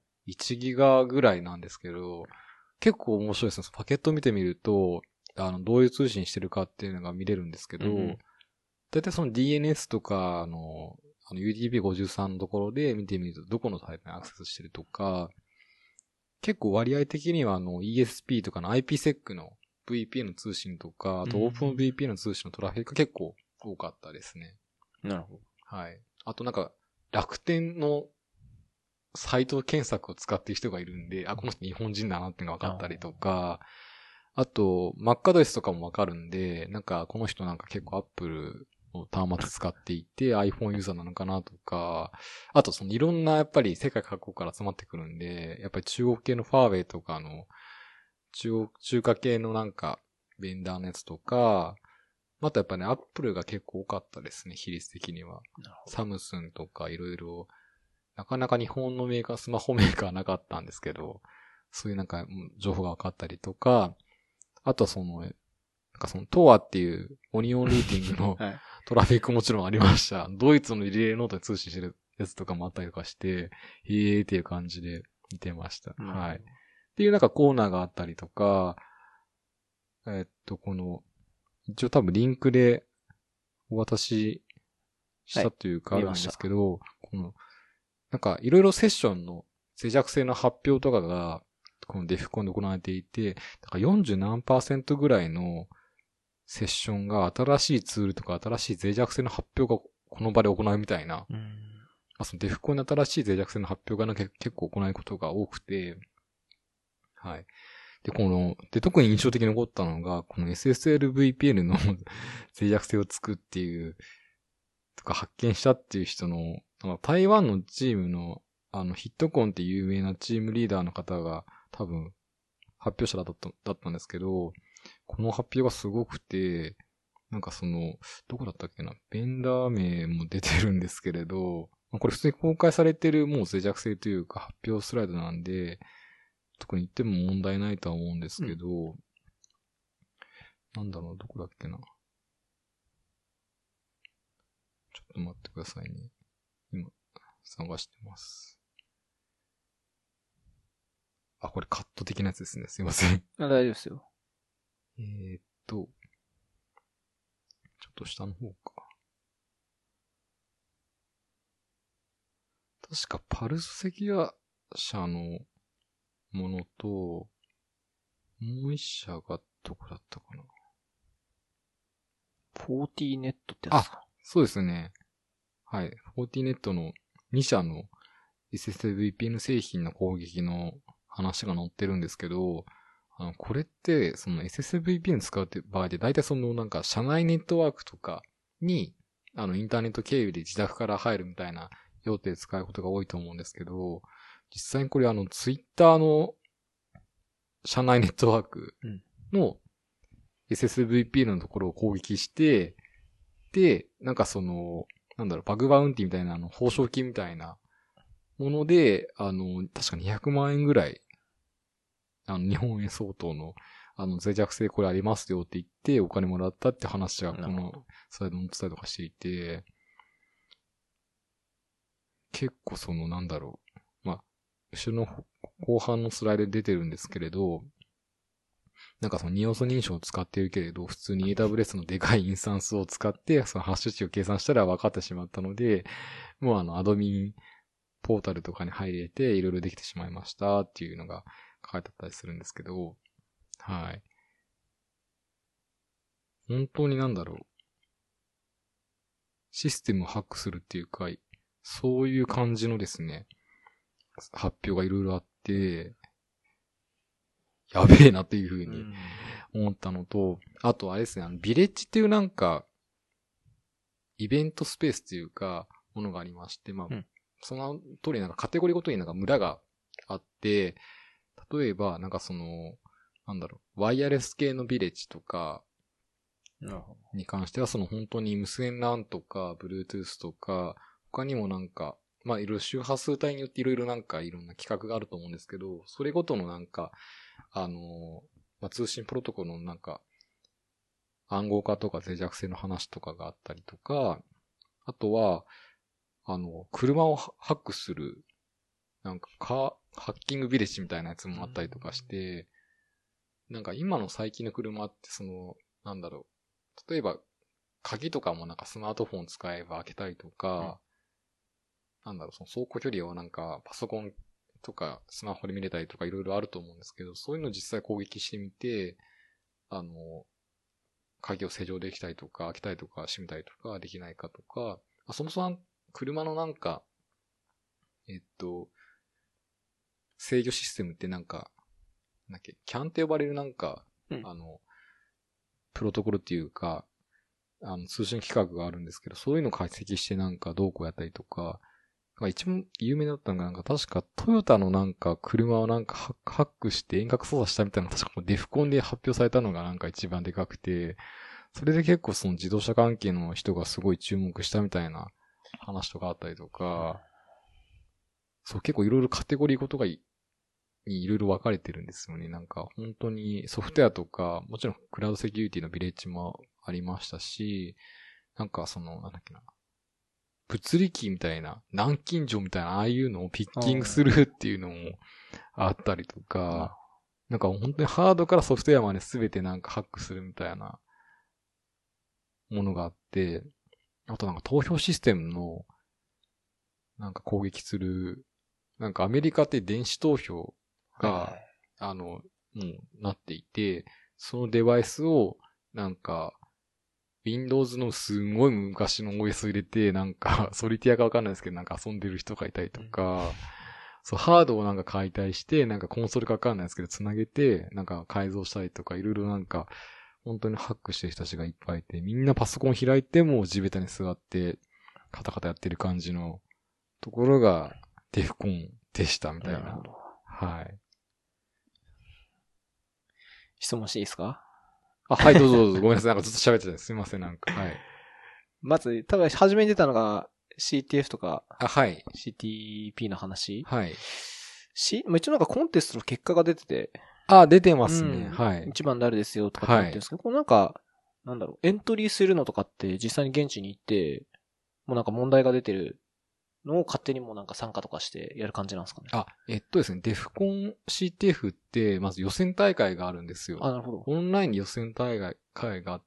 いちギガぐらいなんですけど、結構面白いですね。パケット見てみると、あの、どういう通信してるかっていうのが見れるんですけど、うん、だいたいその ディーエヌエス とか、あの、あの ユーティーピーごじゅうさん のところで見てみると、どこのサイトにアクセスしてるとか、結構割合的にはあの イーエスピー とかの アイピーセック の ブイピーエヌ の通信とか、あと OpenVPN の通信のトラフィックが結構多かったですね。 なるほど。 はい。あとなんか、楽天のサイト検索を使っている人がいるんで、あ、この人日本人だなっていうのが分かったりとか、あと、マックアドレスとかも分かるんで、なんかこの人なんか結構 Apple の端末使っていて iPhone ユーザーなのかなとか、あとそのいろんなやっぱり世界各国から集まってくるんで、やっぱり中国系のファーウェイとかの、中国、中華系のなんかベンダーのやつとか、あとやっぱね、アップルが結構多かったですね、比率的には。サムスンとかいろいろ、なかなか日本のメーカー、スマホメーカーなかったんですけど、そういうなんか情報が分かったりとか、あとはその、なんかそのトーアっていうオニオンルーティングのトラフィックもちろんありました。ドイツのリレーノートで通信してるやつとかもあったりとかして、へーっていう感じで見てました。はい。っていうなんかコーナーがあったりとか、えっと、この、一応多分リンクでお渡ししたというかあるんですけど、はい、この、なんかいろいろセッションの脆弱性の発表とかが、このデフコンで行われていて、だからよんじゅうなんパーセントぐらいのセッションが新しいツールとか新しい脆弱性の発表がこの場で行うみたいな、うん、まあ、そのデフコンの新しい脆弱性の発表がな結構行うことが多くて、はい。で、この、で、特に印象的に残ったのが、この エスエスエルブイピーエヌ の脆弱性をつくっていう、とか発見したっていう人の、台湾のチームの、あの、ヒットコンって有名なチームリーダーの方が多分発表者だった、だったんですけど、この発表がすごくて、なんかその、どこだったっけな、ベンダー名も出てるんですけれど、これ普通に公開されてるもう脆弱性というか発表スライドなんで、特に言っても問題ないとは思うんですけど、うん、なんだろう、どこだっけな。ちょっと待ってくださいね。今、探してます。あ、これカット的なやつですね。すいません。 あ、大丈夫ですよ。 えーっと、ちょっと下の方か。確かパルス赤夜社のものと、もう一社がどこだったかな。 フォーティーネットってやつか。 あ、そうですね。はい。フォーティーネットのに社の エスエスエルブイピーエヌ 製品の攻撃の話が載ってるんですけど、あの、これって、その エスエスエルブイピーエヌ 使う場合で、大体そのなんか社内ネットワークとかに、あの、インターネット経由で自宅から入るみたいな用途で使うことが多いと思うんですけど、実際にこれあの、ツイッターの社内ネットワークの エスエスエルブイピーエヌ のところを攻撃して、で、なんかその、なんだろう、バグバウンティみたいなあの、報奨金みたいなもので、あの、確かにひゃくまんえんぐらい、あの、日本円相当の、あの、脆弱性これありますよって言って、お金もらったって話がこのスライドに載ってたりとかしていて、結構その、なんだろう。まあ、後ろの後半のスライドで出てるんですけれど、なんかその二要素認証を使っているけれど、普通に エーダブリューエス のでかいインスタンスを使って、そのハッシュ値を計算したら分かってしまったので、もうあの、アドミンポータルとかに入れて、いろいろできてしまいましたっていうのが書いてあったりするんですけど、はい。本当になんだろう。システムをハックするっていうか、そういう感じのですね、発表がいろいろあって、やべえなっていうふうに思ったのと、あとあれですね、あの、ビレッジっていうなんか、イベントスペースっていうか、ものがありまして、まあ、うん、その通りなんかカテゴリーごとになんか村があって、例えばなんかその、なんだろう、ワイヤレス系のビレッジとか、に関してはその本当に無線 ラン とか、Bluetooth とか、他にもなんか、まあいろいろ周波数帯によっていろいろなんかいろんな規格があると思うんですけど、それごとのなんか、あの、まあ、通信プロトコルのなんか、暗号化とか脆弱性の話とかがあったりとか、あとは、あの、車をハックする、なんかカー、ハッキングビレッジみたいなやつもあったりとかして、なんか今の最近の車ってその、なんだろう、例えば、鍵とかもなんかスマートフォン使えば開けたりとか、うん、なんだろう、その走行距離をなんかパソコンとかスマホで見れたりとかいろいろあると思うんですけど、そういうのを実際攻撃してみて、あの、鍵を施錠できたりとか、開けたりとか閉めたりとかできないかとか、そもそも車のなんか、えっと、制御システムってなんか、なんだっけ、キャンって呼ばれるなんか、うん、あの、プロトコルっていうか、あの、通信規格があるんですけど、そういうのを解析してなんかどうこうやったりとか、一番有名だったのがなんか確かトヨタのなんか車をなんかハックして遠隔操作したみたいな、確かデフコンで発表されたのがなんか一番でかくて、それで結構その自動車関係の人がすごい注目したみたいな話とかあったりとか、そう結構いろいろカテゴリーごとがいにいろいろ分かれてるんですよね。なんか本当にソフトウェアとか、もちろんクラウドセキュリティのビレッジもありましたし、なんかその、なんだっけな、物理機みたいな、南京錠みたいな、ああいうのをピッキングするっていうのもあったりとか、なんか本当にハードからソフトウェアまで全てなんかハックするみたいなものがあって、あとなんか投票システムのなんか攻撃する、なんかアメリカって電子投票が、はいはい、あの、もうなっていて、そのデバイスをなんか、Windows のすんごい昔の オーエス を入れて、なんか、ソリティアかわかんないですけど、なんか遊んでる人がいたりとか、うん、そう、ハードをなんか解体して、なんかコンソールかわかんないですけど、つなげて、なんか改造したりとか、いろいろなんか、本当にハックしてる人たちがいっぱいいて、みんなパソコン開いても地べたに座って、カタカタやってる感じのところが、デフコンでしたみたいな。なるほど。はい。 質問していいですか？ あ、はい、どうぞどうぞ。ごめんなさい。なんかずっと喋ってたすみません、なんか。はい。 まず、多分、初めに出たのが シーティーエフ とか。 あ、はい。 シーティーピー の話。 はい。 し、一応なんかコンテストの結果が出てて。 あ、出てますね。うん、はい。 一番誰ですよとかって言ってるんですけど、はい、こうなんか、なんだろう、エントリーするのとかって実際に現地に行って、もうなんか問題が出てるのを勝手にもうなんか参加とかしてやる感じなんですかね。 あ、えっとですね、デフコン シーティーエフ って、まず予選大会があるんですよ。 あ、なるほど。 オンラインに予選大会があって、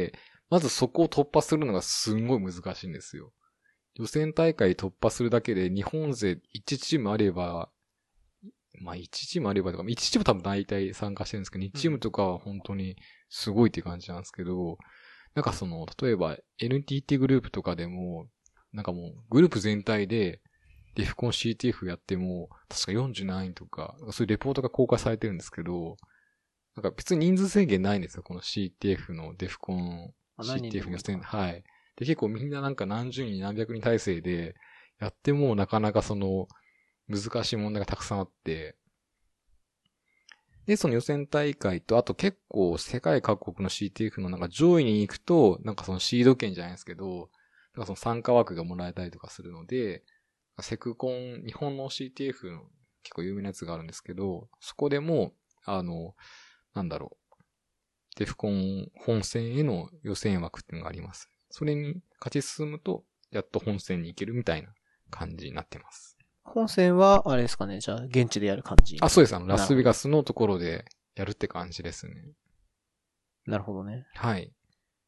まずそこを突破するのがすんごい難しいんですよ。予選大会突破するだけで日本勢いちチームあれば、まあいちチームあればとか、いちチーム多分大体参加してるんですけど、にチームとかは本当にすごいって感じなんですけど、うん、なんかその、例えば エヌティーティー グループとかでも、なんかもうグループ全体でデフコン シーティーエフ やっても、確かよんじゅう何位とか、そういうレポートが公開されてるんですけど、なんか別に人数制限ないんですよ、この シーティーエフ のデフコン、シーティーエフ 予選。はい。で、結構みんななんか何十人何百人体制でやってもなかなかその難しい問題がたくさんあって、で、その予選大会と、あと結構世界各国の シーティーエフ のなんか上位に行くと、なんかそのシード権じゃないですけど、なんかその参加枠がもらえたりとかするので、 セクコン、日本の シーティーエフ の結構有名なやつがあるんですけど、そこでも、あの、なんだろう。デフコン本戦への予選枠っていうのがあります。それに勝ち進むと、やっと本戦に行けるみたいな感じになってます。 本戦は、あれですかね、じゃあ、現地でやる感じ。 あ、そうです。あの、ラスベガスのところでやるって感じですね。 なるほどね。 はい。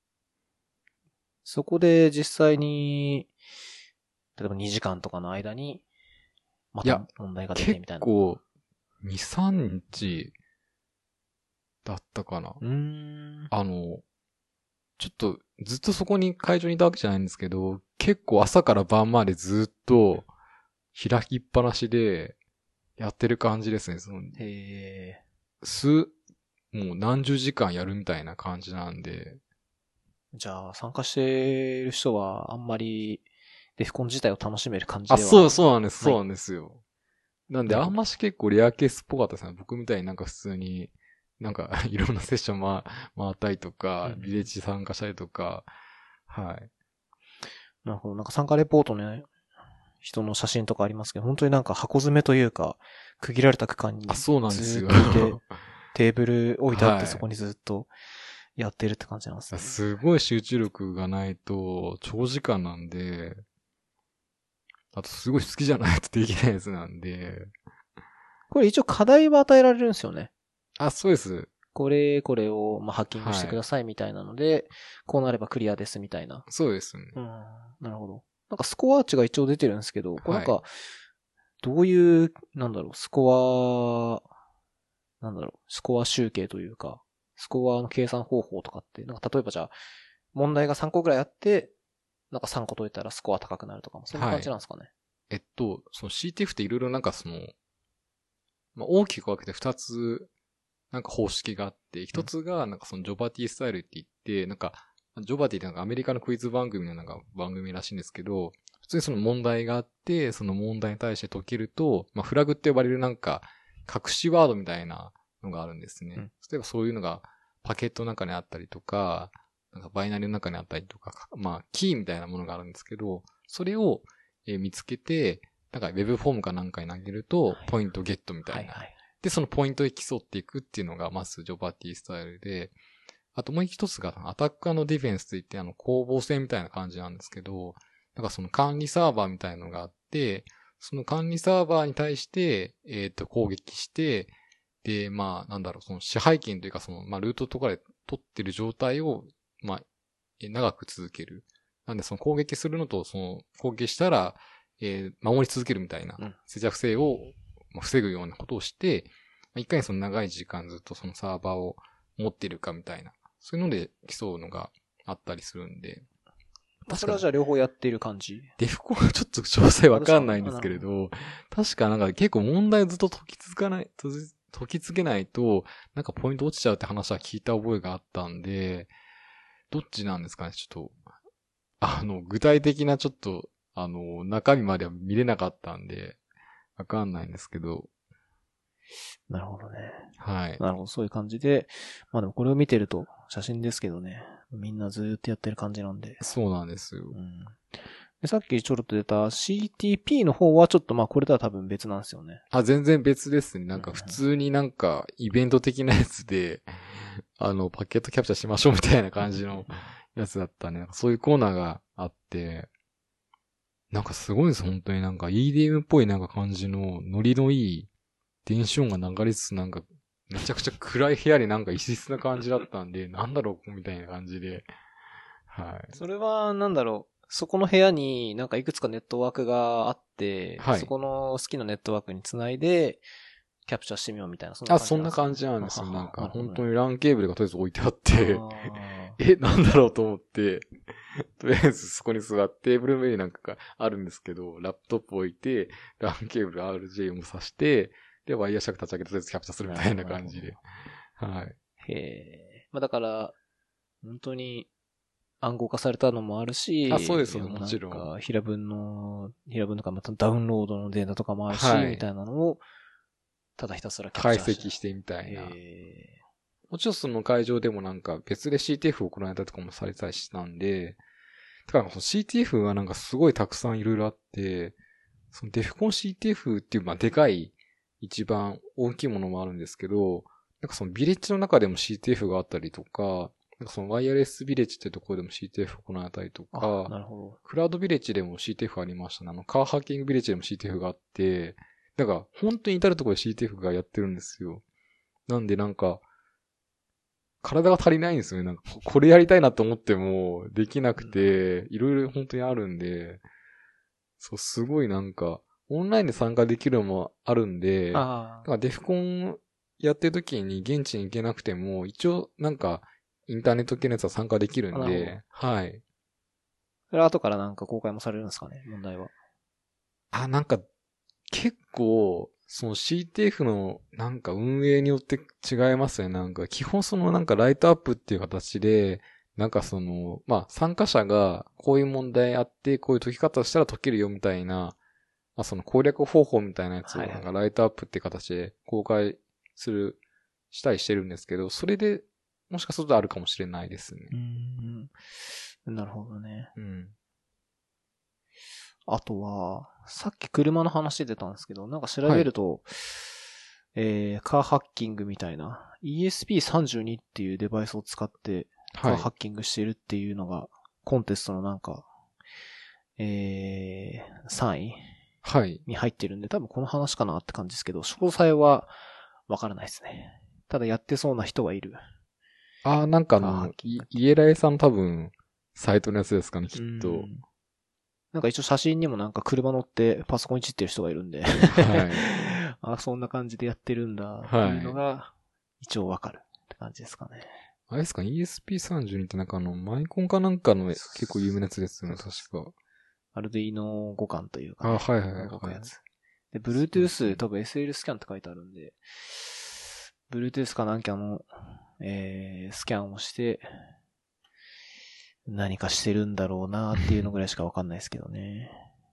そこで実際に、例えばにじかんとかの間に、また問題が出てみたいな。 結構、に、さんにちだったかな。 うーん。 あの、ちょっとずっとそこに会場にいたわけじゃないんですけど、結構朝から晩までずっと開きっぱなしでやってる感じですね。そのへー。す、もう何十時間やるみたいな感じなんで。 じゃあ、参加している人はあんまりデフコン自体を楽しめる感じであ、 はそう、そうなんです、そうなんですよ。なんで、あんまし結構レアケースっぽかったですね。僕みたいになんか普通に、なんかいろんなセッション回、回ったりとか、ビレッジ参加したりとか、はい。 なるほど。なんか参加レポートね、人の写真とかありますけど、本当になんか箱詰めというか、区切られた区間にあ、そうなんですよ。 ずっといて、テーブル置いてあって、 はいそこにずっとやってるって感じなんですね。 すごい集中力がないと、長時間なんで、あとすごい好きじゃないとできないやつなんで。 これ一応課題は与えられるんですよね。 あ、そうです。 これ、これを、まあ、ハッキングしてくだはさいみたいなので、こうなればクリアですみたいな。 い。そうですね。 うん。なるほど。なんかスコア値が一応出てるんですけど、これなんはか、どういう、なんだろう、スコア、なんだろう、スコア集計というか、スコアの計算方法とかって、なんか例えばじゃあ、問題がさんこぐらいあって、なんかさんこ解いたらスコア高くなるとかも、そんな感じなんですかね。 えっと、その シーティーエフ っていろいろなんかその、まあ、大きく分けてふたつ、なんか方式があって、ひとつがなんかそのジョバティスタイルって言って、なんか、ジョバティってなんかアメリカのクイズ番組のなんか番組らしいんですけど、普通にその問題があって、その問題に対して解けると、まあ、フラグって呼ばれるなんか、隠しワードみたいなのがあるんですね。うん、例えばそういうのがパケットの中にあったりとか、なんかバイナリの中にあったりとか、まあ、キーみたいなものがあるんですけど、それを見つけて、なんかウェブフォームかなんかに投げると、ポイントゲットみたいな。はいはいはい、で、そのポイントで競っていくっていうのが、まずジョバティスタイルで、あともう一つが、アタッカーのディフェンスといって、あの、攻防戦みたいな感じなんですけど、なんかその管理サーバーみたいなのがあって、その管理サーバーに対して、えっと、攻撃して、で、まあ、なんだろう、その支配権というか、その、まあ、ルートとかで取ってる状態を、まあ、長く続ける。なんで、その攻撃するのと、その、攻撃したら、えー、守り続けるみたいな、脆弱性を防ぐようなことをして、いかにその長い時間ずっとそのサーバーを持っているかみたいな、そういうので競うのがあったりするんで。 確かそれはじゃあ両方やっている感じ？ デフコンはちょっと詳細わかんないんですけれど、確かなんか結構問題ずっと解き続かない、解き続けないと、なんかポイント落ちちゃうって話は聞いた覚えがあったんで、どっちなんですかね、ちょっと。あの、具体的なちょっと、あの、中身までは見れなかったんで、わかんないんですけど。 なるほどね。 はい。 なるほど、そういう感じで。まあでもこれを見てると、写真ですけどね、みんなずーっとやってる感じなんで。 そうなんですよ。 うんで、さっきちょろっと出た シーティーピー の方はちょっとまあこれとは多分別なんですよね。 あ、全然別ですね。なんか普通になんかイベント的なやつで、あの、パケットキャプチャーしましょうみたいな感じのやつだったね。そういうコーナーがあって、なんかすごいです、本当になんか イーディーエム っぽいなんか感じのノリのいい電子音が流れつつなんかめちゃくちゃ暗い部屋になんか異質な感じだったんで、なんだろうみたいな感じで。はい。 それはなんだろう。そこの部屋になんかいくつかネットワークがあって、はい、そこの好きなネットワークにつないで、キャプチャーしてみようみたいな。 そんな感じなんです、ね、あ、そんな感じなんですよ。なんか本当にランケーブルがとりあえず置いてあって、え、なんだろうと思って、とりあえずそこに座ってテーブルの上になんかがあるんですけど、ラップトップ置いて、ランケーブル アールジェー も挿して、で、ワイヤーシャーク立ち上げてとりあえずキャプチャーするみたいな感じで。はい。 へえ。まあだから、本当に、暗号化されたのもあるし、 あ、そうです、もちろん。 なんか、平文の、平文とかまたダウンロードのデータとかもあるし、はい、みたいなのを、ただひたすらキャプチャーして。解析してみたいな。もちろんその会場でもなんか別で シーティーエフ を行われたとかもされたりしたんで、だから シーティーエフ はなんかすごいたくさんいろいろあって、 そのデフコン シーティーエフ っていう、まあ、でかい、一番大きいものもあるんですけど、なんかそのビレッジの中でも シーティーエフ があったりとか、なんかそのワイヤレスビレッジってところでも シーティーエフ 行われたりとか、 なるほど。 クラウドビレッジでも シーティーエフ ありましたね。あの、カーハッキングビレッジでも シーティーエフ があって、だから本当に至るところで シーティーエフ がやってるんですよ。なんでなんか、体が足りないんですよね。なんか、これやりたいなと思っても、できなくて、いろいろ本当にあるんで、そう、すごいなんか、オンラインで参加できるのもあるんで、 あだからデフコンやってる時に現地に行けなくても、一応なんか、インターネット系のやつは参加できるんで、はい。 それは後からなんか公開もされるんですかね、問題は。 あ、なんか、結構、その シーティーエフ のなんか運営によって違いますね。なんか基本そのなんかライトアップっていう形で、なんかその、まあ参加者がこういう問題あって、こういう解き方をしたら解けるよみたいな、まあその攻略方法みたいなやつをなんかライトアップっていう形で公開する、したりしてるんですけど、それでもしかするとあるかもしれないですね。 うん。なるほどね。 うん。 あとは、さっき車の話出たんですけど、なんか調べると、はい、えー、カーハッキングみたいな、イーエスピーさんじゅうに っていうデバイスを使って、カーハッキングしてるっていうのが、コンテストのなんか、えー、さんいに入ってるんで、多分この話かなって感じですけど、詳細はわからないですね。ただやってそうな人はいる。 ああ、なんかあの、イエライさん多分、サイトのやつですかね、きっと。 なんか一応写真にもなんか車乗ってパソコンいじってる人がいるんで。はい。あ、そんな感じでやってるんだっていうのが一応わかるって感じですかね。 あれですか イーエスピーさんじゅうに ってなんかあの、マイコンかなんかの結構有名なやつですよね、確か。 アルディーノ互換というか、ね。 あ、はいはいはい。 動くやつ。で、Bluetooth 多分 エスエル スキャンって書いてあるんで、Bluetooth かなんかの、えー、スキャンをして、何かしてるんだろうなっていうのぐらいしかわかんないですけどね。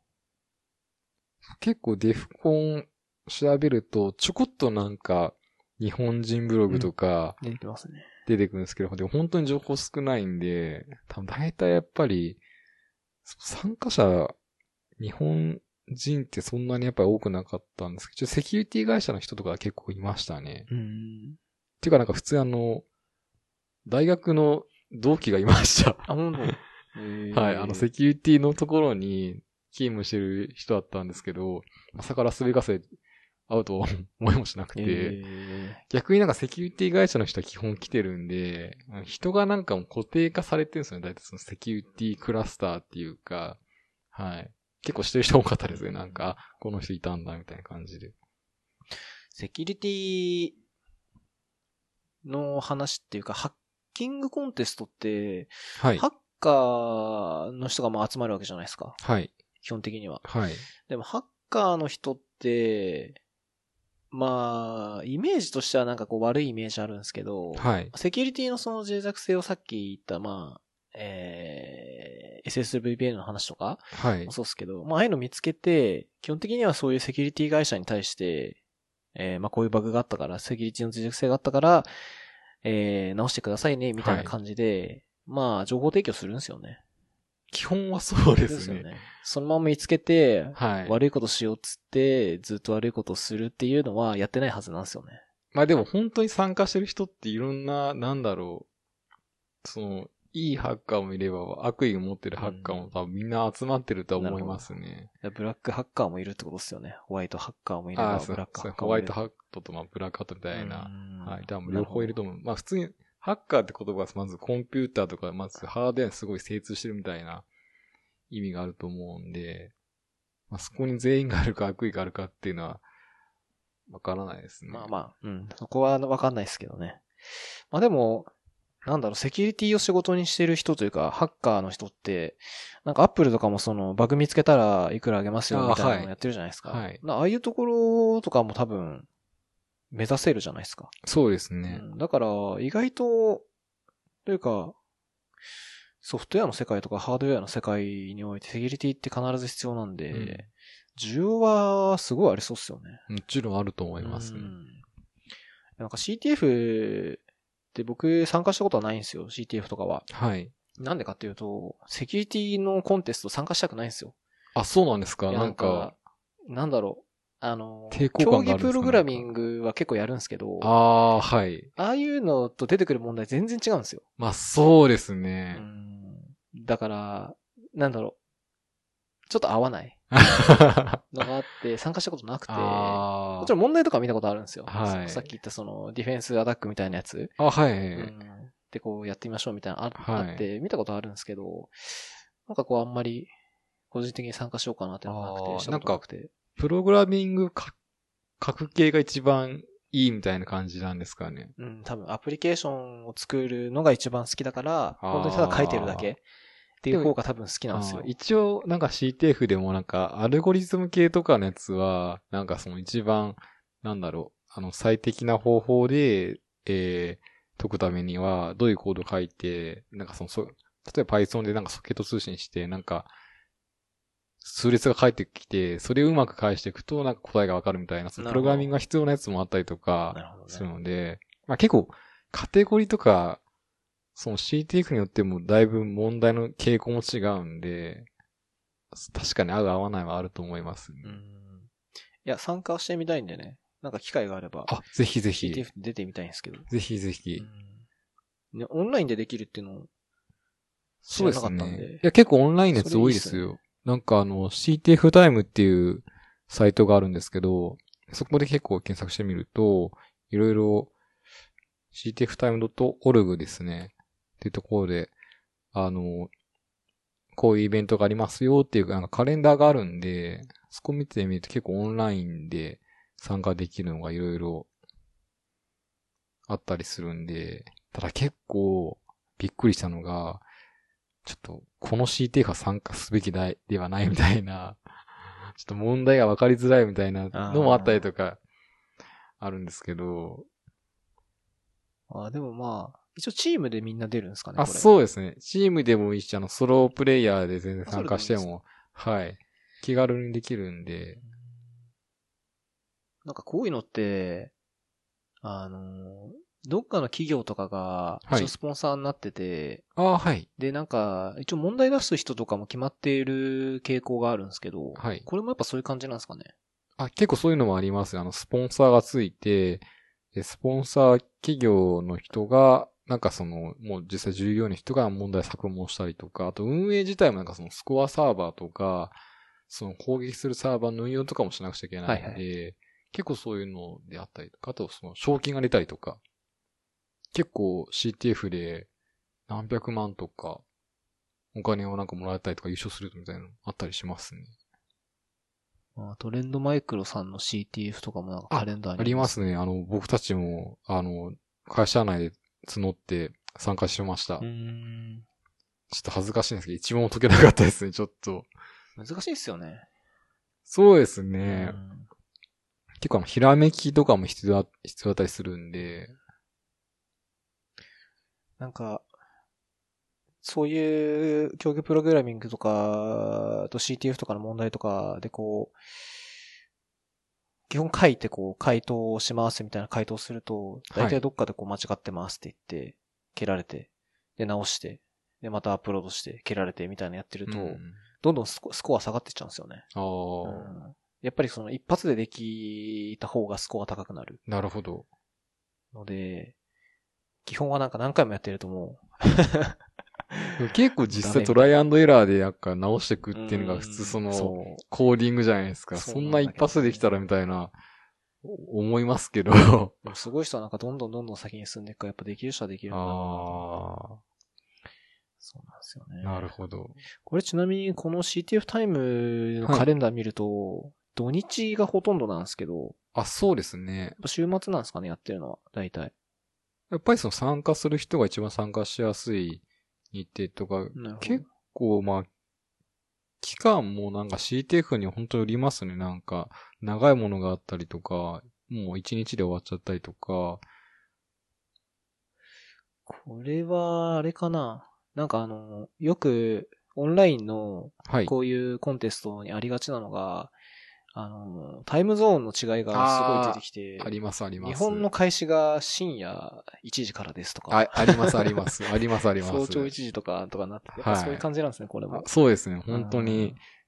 結構デフコン調べると、ちょこっとなんか、日本人ブログとか、 出てきますね。 出てくるんですけど、でも本当に情報少ないんで、多分大体やっぱり、参加者、日本人ってそんなにやっぱり多くなかったんですけど、セキュリティ会社の人とか結構いましたね。 うん。 っていうかなんか普通あの、大学の同期がいました。 あ、本当。 はい、あのセキュリティのところに勤務してる人だったんですけど、まさかラスベガスで会うと思いもしなくて、えー、逆になんかセキュリティ会社の人は基本来てるんで、人がなんかもう固定化されてるんですよね。大体そのセキュリティクラスターっていうか、はい。結構してる人多かったですね。なんか、この人いたんだみたいな感じで。 セキュリティの話っていうか、ハッキングコンテストって、はい、ハッカーの人がまあ集まるわけじゃないですか。 はい。 基本的には。 はい。 でもハッカーの人って、まあ、イメージとしてはなんかこう悪いイメージあるんですけど、はい。セキュリティのその脆弱性をさっき言った、まあ、えー、エスエスブイピーエヌ の話とか、はい。そうですけど、まあ、ああいうの見つけて、基本的にはそういうセキュリティ会社に対して、えー、まあこういうバグがあったから、セキュリティの脆弱性があったから、えー、直してくださいね、みたいな感じで、はい、まあ、情報提供するんですよね。 基本はそうですね。ですよね。 そのまま見つけて、はい、悪いことしようっつって、ずっと悪いことをするっていうのはやってないはずなんですよね。 まあでも本当に参加してる人っていろんな、なんだろう、その、いいハッカーもいれば、悪意を持ってるハッカーも多分みんな集まってると思いますね。 ブラックハッカーもいるってことですよね。ホワイトハッカーもいれば、ブラックハッカーもいる。 ホワイトハットとまあブラックハットみたいな。はい。多分両方いると思う。まあ普通に、ハッカーって言葉がまずコンピューターとか、まずハードウェアにすごい精通してるみたいな意味があると思うんで、まあそこに全員があるか悪意があるかっていうのは、わからないですね。 まあまあ、うん。そこはわかんないですけどね。まあでも、なんだろう、セキュリティを仕事にしてる人というか、ハッカーの人って、なんかアップルとかもそのバグ見つけたらいくらあげますよみたいなのやってるじゃないですか。はい。ああいうところとかも多分、目指せるじゃないですか。 そうですね。 うん、だから、意外と、というか、ソフトウェアの世界とかハードウェアの世界においてセキュリティって必ず必要なんで、うん、需要はすごいありそうっすよね。 もちろんあると思いますね。うん、 なんか シーティーエフで僕参加したことはないんですよ、シーティーエフ とかは。はい。なんでかっていうと、セキュリティのコンテスト参加したくないんですよ。 あ、そうなんですか。なんか、 なんだろう。あの、 抵抗感があるんですかね競技プログラミングは結構やるんですけど、あああ、はい。 あいうのと出てくる問題全然違うんですよ。 まあ、そうですうね。 ん。だから、なんだろう。ちょっと合わないのがあって参加したことなくて、もちろん問題とか見たことあるんですよ。 はい。 さっき言ったそのディフェンスアタックみたいなやつ。 あ、はい。 うん。で、こうやってみましょうみたいなあ,、 はいあって見たことあるんですけど、なんかこうあんまり個人的に参加しようかなっていうのがなくて、したことなくて。 プログラミングか書く系が一番いいみたいな感じなんですかね。 うん、多分アプリケーションを作るのが一番好きだから、本当にただ書いてるだけっていう方が多分好きなんですよ。 一応、なんか シーティーエフ でもなんか、アルゴリズム系とかのやつは、なんかその一番、なんだろう、あの、最適な方法で、えー、解くためには、どういうコード書いて、なんかその、そ例えば Python でなんかソケット通信して、なんか、数列が返ってきて、それをうまく返していくと、なんか答えがわかるみたいな、そのプログラミングが必要なやつもあったりとか、するので、まあ結構、カテゴリーとか、その シーティーエフ によってもだいぶ問題の傾向も違うんで、確かに合う合わないはあると思います、ね。うん。いや、参加してみたいんでね。なんか機会があれば。 あ、ぜひぜひ。 シーティーエフ 出てみたいんですけど。 ぜひぜひ。 うん、ね、オンラインでできるっていうのを知らなかったんで。 そうですね。いや、結構オンラインのやつ多いですよ。いいっすね、なんかあの、シーティーエフ タイムっていうサイトがあるんですけど、そこで結構検索してみると、いろいろ シーティーエフタイムドットオルグ ですね。っていうところで、あの、こういうイベントがありますよっていうなんかカレンダーがあるんで、そこ見てみると結構オンラインで参加できるのがいろいろあったりするんで、ただ結構びっくりしたのが、ちょっとこの シーティーエフ は参加すべきではないみたいな、ちょっと問題が分かりづらいみたいなのもあったりとかあるんですけど。 ああ、でもまあ、一応チームでみんな出るんですかね、 あ、そうですね。チームでもいいし、あの、ソロプレイヤーで全然参加しても、はい。気軽にできるんで。 なんかこういうのって、あの、どっかの企業とかが、一応スポンサーになってて、 はい、ああ、はい。 で、なんか、一応問題出す人とかも決まっている傾向があるんですけど、 はい。 これもやっぱそういう感じなんですかね。 あ、結構そういうのもあります。あの、スポンサーがついて、でスポンサー企業の人が、なんかその、もう実際従業員の人が問題作問したりとか、あと運営自体もなんかそのスコアサーバーとか、その攻撃するサーバーの運用とかもしなくちゃいけないので、はいはい、結構そういうのであったりとか、あとその賞金が出たりとか、結構 シーティーエフ で何百万とか、お金をなんかもらえたりとか優勝するみたいなのあったりしますね。 あトレンドマイクロさんの シーティーエフ とかもなんかカレンダーにありますね。あの、僕たちも、あの、会社内で募って参加しました。うーんちょっと恥ずかしいんですけど、一問も解けなかったですね、ちょっと。 難しいっすよね。 そうですね。結構あの、ひらめきとかも必要だ、必要だったりするんで。 なんか、そういう競技プログラミングとか、と シーティーエフ とかの問題とかでこう、基本書いてこう、回答をしますみたいな回答すると、大体どっかでこう間違ってますって言って、蹴られて、で直して、でまたアップロードして蹴られてみたいなやってると、うん、どんどんスコ、スコア下がってっちゃうんですよね。あうん、やっぱりその一発でできた方がスコア高くなる。 なるほど。 ので、基本はなんか何回もやってるともう、結構実際トライアンドエラーでなんか直していくっていうのが普通そのコーディングじゃないですか。そんな一発できたらみたいな思いますけど。 すごい人はなんかどんどんどんどん先に進んでいくからやっぱできる人はできるんだなと。そうなんですよね。 なるほど。 これちなみにこの シーティーエフ タイムのカレンダー見ると、はい、土日がほとんどなんですけど。 あ、そうですね。 週末なんですかね、やってるのは、大体。 やっぱりその参加する人が一番参加しやすい日程とか、結構まあ、期間もなんか シーティーエフ に本当によりますね。なんか、長いものがあったりとか、もう一日で終わっちゃったりとか。 これは、あれかな。なんかあの、よくオンラインのこういうコンテストにありがちなのが、はい、あの、タイムゾーンの違いがすごい出てきて、 ありますあります。 日本の開始が深夜いちじからですとか。 あ、ありますあります。ありますあります。 早朝いちじとかとかなってて、はい、そういう感じなんですね、これも。 そうですね、本当に。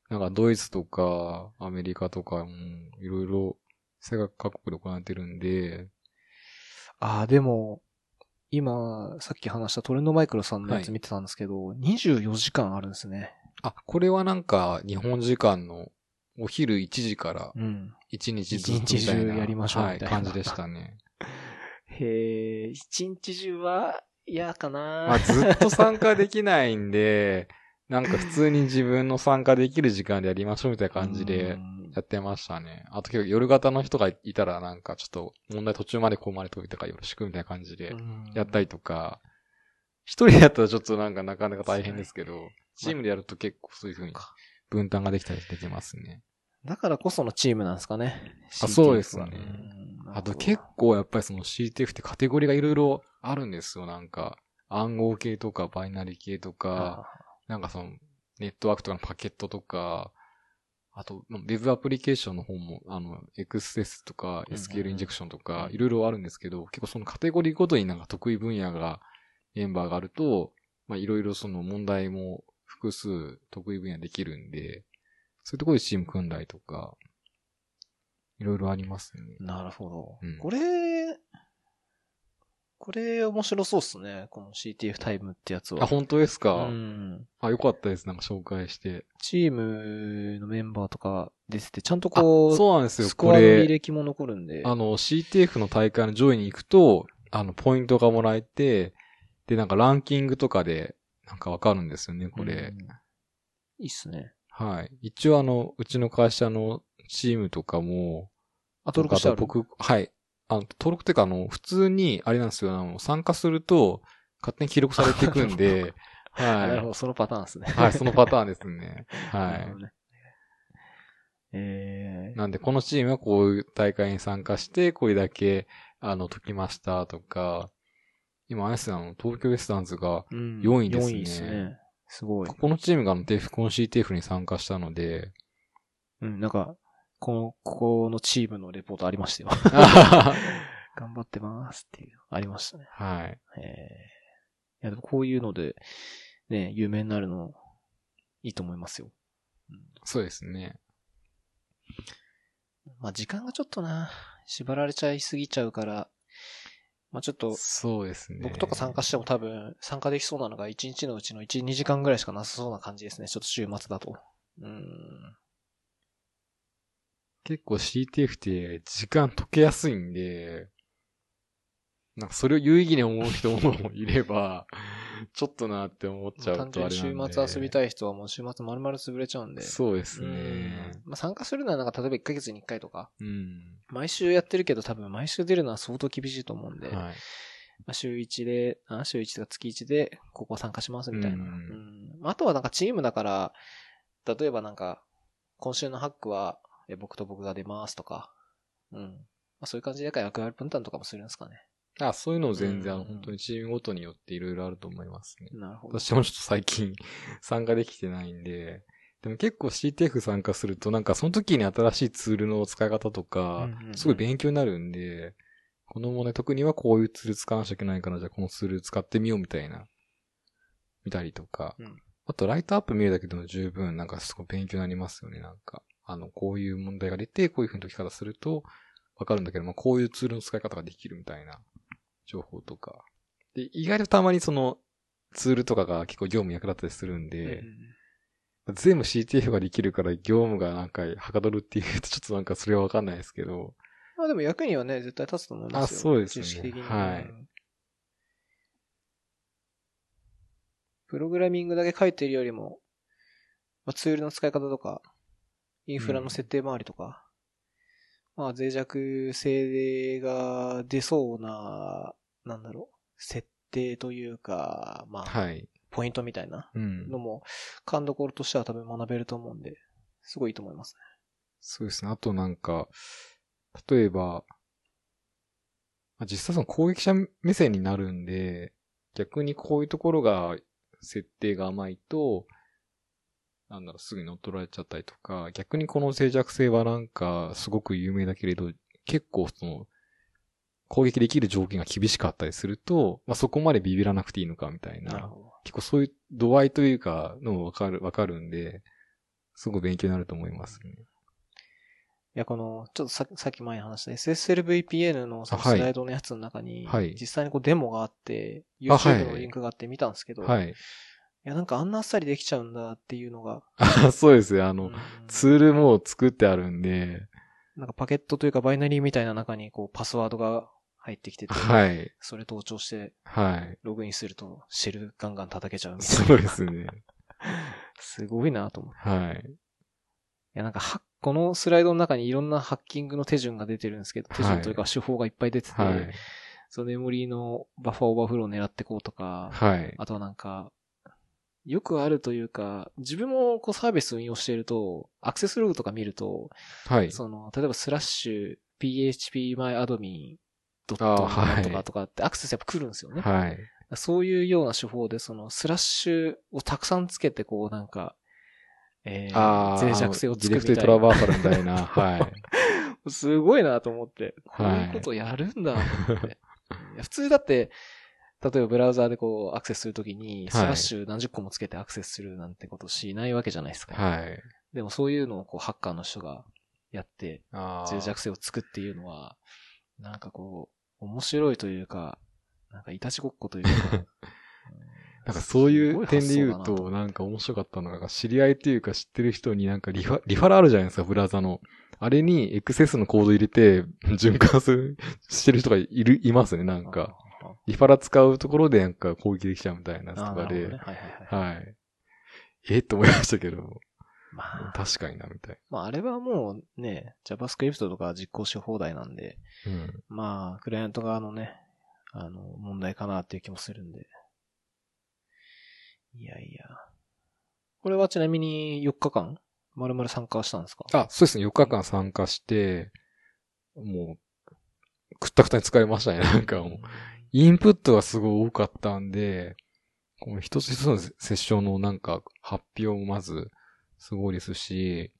なんかドイツとかアメリカとかもいろいろ世界各国で行われてるんで。 ああ、でも、今、さっき話したトレンドマイクロさんのやつ見てたんですけど、はい、にじゅうよじかんあるんですね。 あ、これはなんか日本時間のお昼いちじからいちにちずっとみたいな、うん、いちにち中やりましょうみたいな、はい、感じでしたね。 へえ、一日中は嫌かな。 まあずっと参加できないんで、なんか普通に自分の参加できる時間でやりましょうみたいな感じでやってましたね。あと結構夜型の人がいたらなんかちょっと問題途中までこうまで解いてからよろしくみたいな感じでやったりとか、一人だったらちょっとなんかなかなか大変ですけど、チームでやると結構そういう風に分担ができたりできますね。 だからこそのチームなんですかね。 あ、そうですね。あと結構やっぱりその シーティーエフ ってカテゴリーがいろいろあるんですよ。なんか暗号系とかバイナリー系とか、なんかそのネットワークとかのパケットとか、あと、ウェブアプリケーションの方も、あの、エクセス とか エスキューエル インジェクションとか、いろいろあるんですけど、結構そのカテゴリーごとになんか得意分野が、メンバーがあると、まあいろいろその問題も複数得意分野できるんで、そういうところでチーム組んだりとか、いろいろありますね。 なるほど。 うん、 これ、これ面白そうっすね。この シーティーエフ タイムってやつは。 あ、本当ですか？ うん。 あ、よかったです。なんか紹介して。 チームのメンバーとか出てて、ちゃんとこう、 そうなんですよ。 スコアの履歴も残るんで。 あの、シーティーエフ の大会の上位に行くと、あの、ポイントがもらえて、で、なんかランキングとかで、なんかわかるんですよね、これ。 いいっすね。 はい。一応あの、うちの会社のチームとかも、 あ、登録してある？ 僕、はい。あの、登録っていうかあの、普通に、あれなんですよ、あの、参加すると、勝手に記録されていくんで、はい。 なるほど、そのパターンですね。 はい、そのパターンですね。はい。 ね、えー、 なんで、このチームはこういう大会に参加して、これだけ、あの、解きましたとか、今、あれですね、あの、東京ウエスタンズがよんいですね。うん、よんいですね。 すごい。 ここのチームがあの、デフコン シーティーエフ に参加したので、 うん、なんか、この、ここのチームのレポートありましたよ。頑張ってますっていう、ありましたね。 はい。 えー、いや、でもこういうので、ね、有名になるの、いいと思いますよ。 うん、そうですね。 まあ、時間がちょっとな、縛られちゃいすぎちゃうから、まあちょっと、 そうですね。 僕とか参加しても多分、参加できそうなのがいちにちのうちのいち、にじかんぐらいしかなさそうな感じですね。ちょっと週末だと。うーん。 結構 シーティーエフ って時間解けやすいんで、なんかそれを有意義に思う人もいれば、ちょっとなって思っちゃうとあれなんで。単純に週末遊びたい人はもう週末丸々潰れちゃうんで。 そうですね。 まあ参加するのはなんか例えばいっかげつにいっかいとか。 うん。 毎週やってるけど多分毎週出るのは相当厳しいと思うんで。はい。まあ週いちで、あ、週いちとか月いちでここ参加しますみたいな。うん。うん、あとはなんかチームだから、例えばなんか、今週のハックはえ僕と僕が出ますとか。うん。まあそういう感じで役割分担とかもするんですかね。 あ、そういうのを全然、あの、本当にチームごとによっていろいろあると思いますね。 なるほど。 私もちょっと最近参加できてないんで、でも結構 シーティーエフ 参加すると、なんかその時に新しいツールの使い方とか、すごい勉強になるんで、この問題特にはこういうツール使わなきゃいけないから、じゃあこのツール使ってみようみたいな、見たりとか、うん、あとライトアップ見るだけでも十分なんかすごい勉強になりますよね、なんか。あの、こういう問題が出て、こういう風に解き方すると、わかるんだけど、まあこういうツールの使い方ができるみたいな。情報とか。で、意外とたまにそのツールとかが結構業務に役立ったりするんで、うん、全部 シーティーエフ ができるから業務がなんかはかどるっていうとちょっとなんかそれはわかんないですけど。 まあでも役にはね、絶対立つと思いますよ。 あ、そうですね。 知識的に。 はい。 プログラミングだけ書いてるよりも、まあ、ツールの使い方とか、インフラの設定周りとか、うん、まあ脆弱性が出そうな、なんだろう、設定というか、まあ、はい、ポイントみたいなのも、勘どころとしては多分学べると思うんで、すごいいいと思いますね。 そうですね。あとなんか、例えば、実際その攻撃者目線になるんで、逆にこういうところが、設定が甘いと、なんだろう、すぐに乗っ取られちゃったりとか、逆にこの脆弱性はなんか、すごく有名だけれど、結構その、攻撃できる条件が厳しかったりすると、まあ、そこまでビビらなくていいのかみたいな。なるほど。結構そういう度合いというか、のもわかる、わかるんで、 すごく勉強になると思いますね。 いや、この、ちょっとささっき前に話した エスエスエルブイピーエヌ のそのはいスライドのやつの中に、 はい実際にこうデモがあって、 あはい YouTube のリンクがあって見たんですけど、 はい。 いや、なんかあんなあっさりできちゃうんだっていうのが、 あそうですね。あの、 うんツールも作ってあるんで、 なんかパケットというかバイナリーみたいな中にこうパスワードが入ってきてて、 はい。 それ同調してはい。 ログインするとシェルガンガン叩けちゃうみたいな。 そうですね。 すごいなと思って。 はい。 いや、なんかハッ、このスライドの中にいろんなハッキングの手順が出てるんですけど、手順というか手法がいっぱい出てて、 はい。 そのメモリーのバッファーオーバーフローを狙ってこうとか、 はい。 あとはなんか、よくあるというか、自分もこうサービス運用していると、アクセスログとか見ると、 はい。 その、例えばスラッシュ phpMyAdmin ドッあトはいとかとかってアクセスやっぱ来るんですよね。 はい。 そういうような手法で、そのスラッシュをたくさんつけて、こうなんか、えー、 ああ、 脆弱性をつディレクトリくみたいな。 トラバーサルみたいな。はい。 すごいなと思って、こうはいいうことやるんだと思って。いや普通だって、例えばブラウザーでこうアクセスするときに、スラッシュ何十個もつけてアクセスするなんてことしないわけじゃないですか。 はい。 でもそういうのをこうハッカーの人がやって、 あ脆弱性をつくっていうのは、なんかこう、面白いというか、なんかいたちごっこというか、うんなんかそういう点で言うすごい発想だと、なんか面白かったのが、知り合いっていうか知ってる人になんかリファ、リファラあるじゃないですか、ブラウザの。あれに エックスエス のコード入れて、循環する、してる人がいる、いますね、なんか。リファラ使うところでなんか攻撃できちゃうみたいなやつとかで。 ね、はいはいはい。 はい。えと思いましたけど。 まあ、 確かにな、みたいまああれはもうね、JavaScript とか実行し放題なんで、 な。うん。 まあ、クライアント側のね、あの、問題かなっていう気もするんで。いやいや。これはちなみによっかかん丸々参加したんですか？ あ、そうですね。よっかかん参加して、もう、くったくたに使いましたね。なんかもう、インプットがすごい多かったんで、この一つ一つのセッションのなんか発表もまずすごいですし、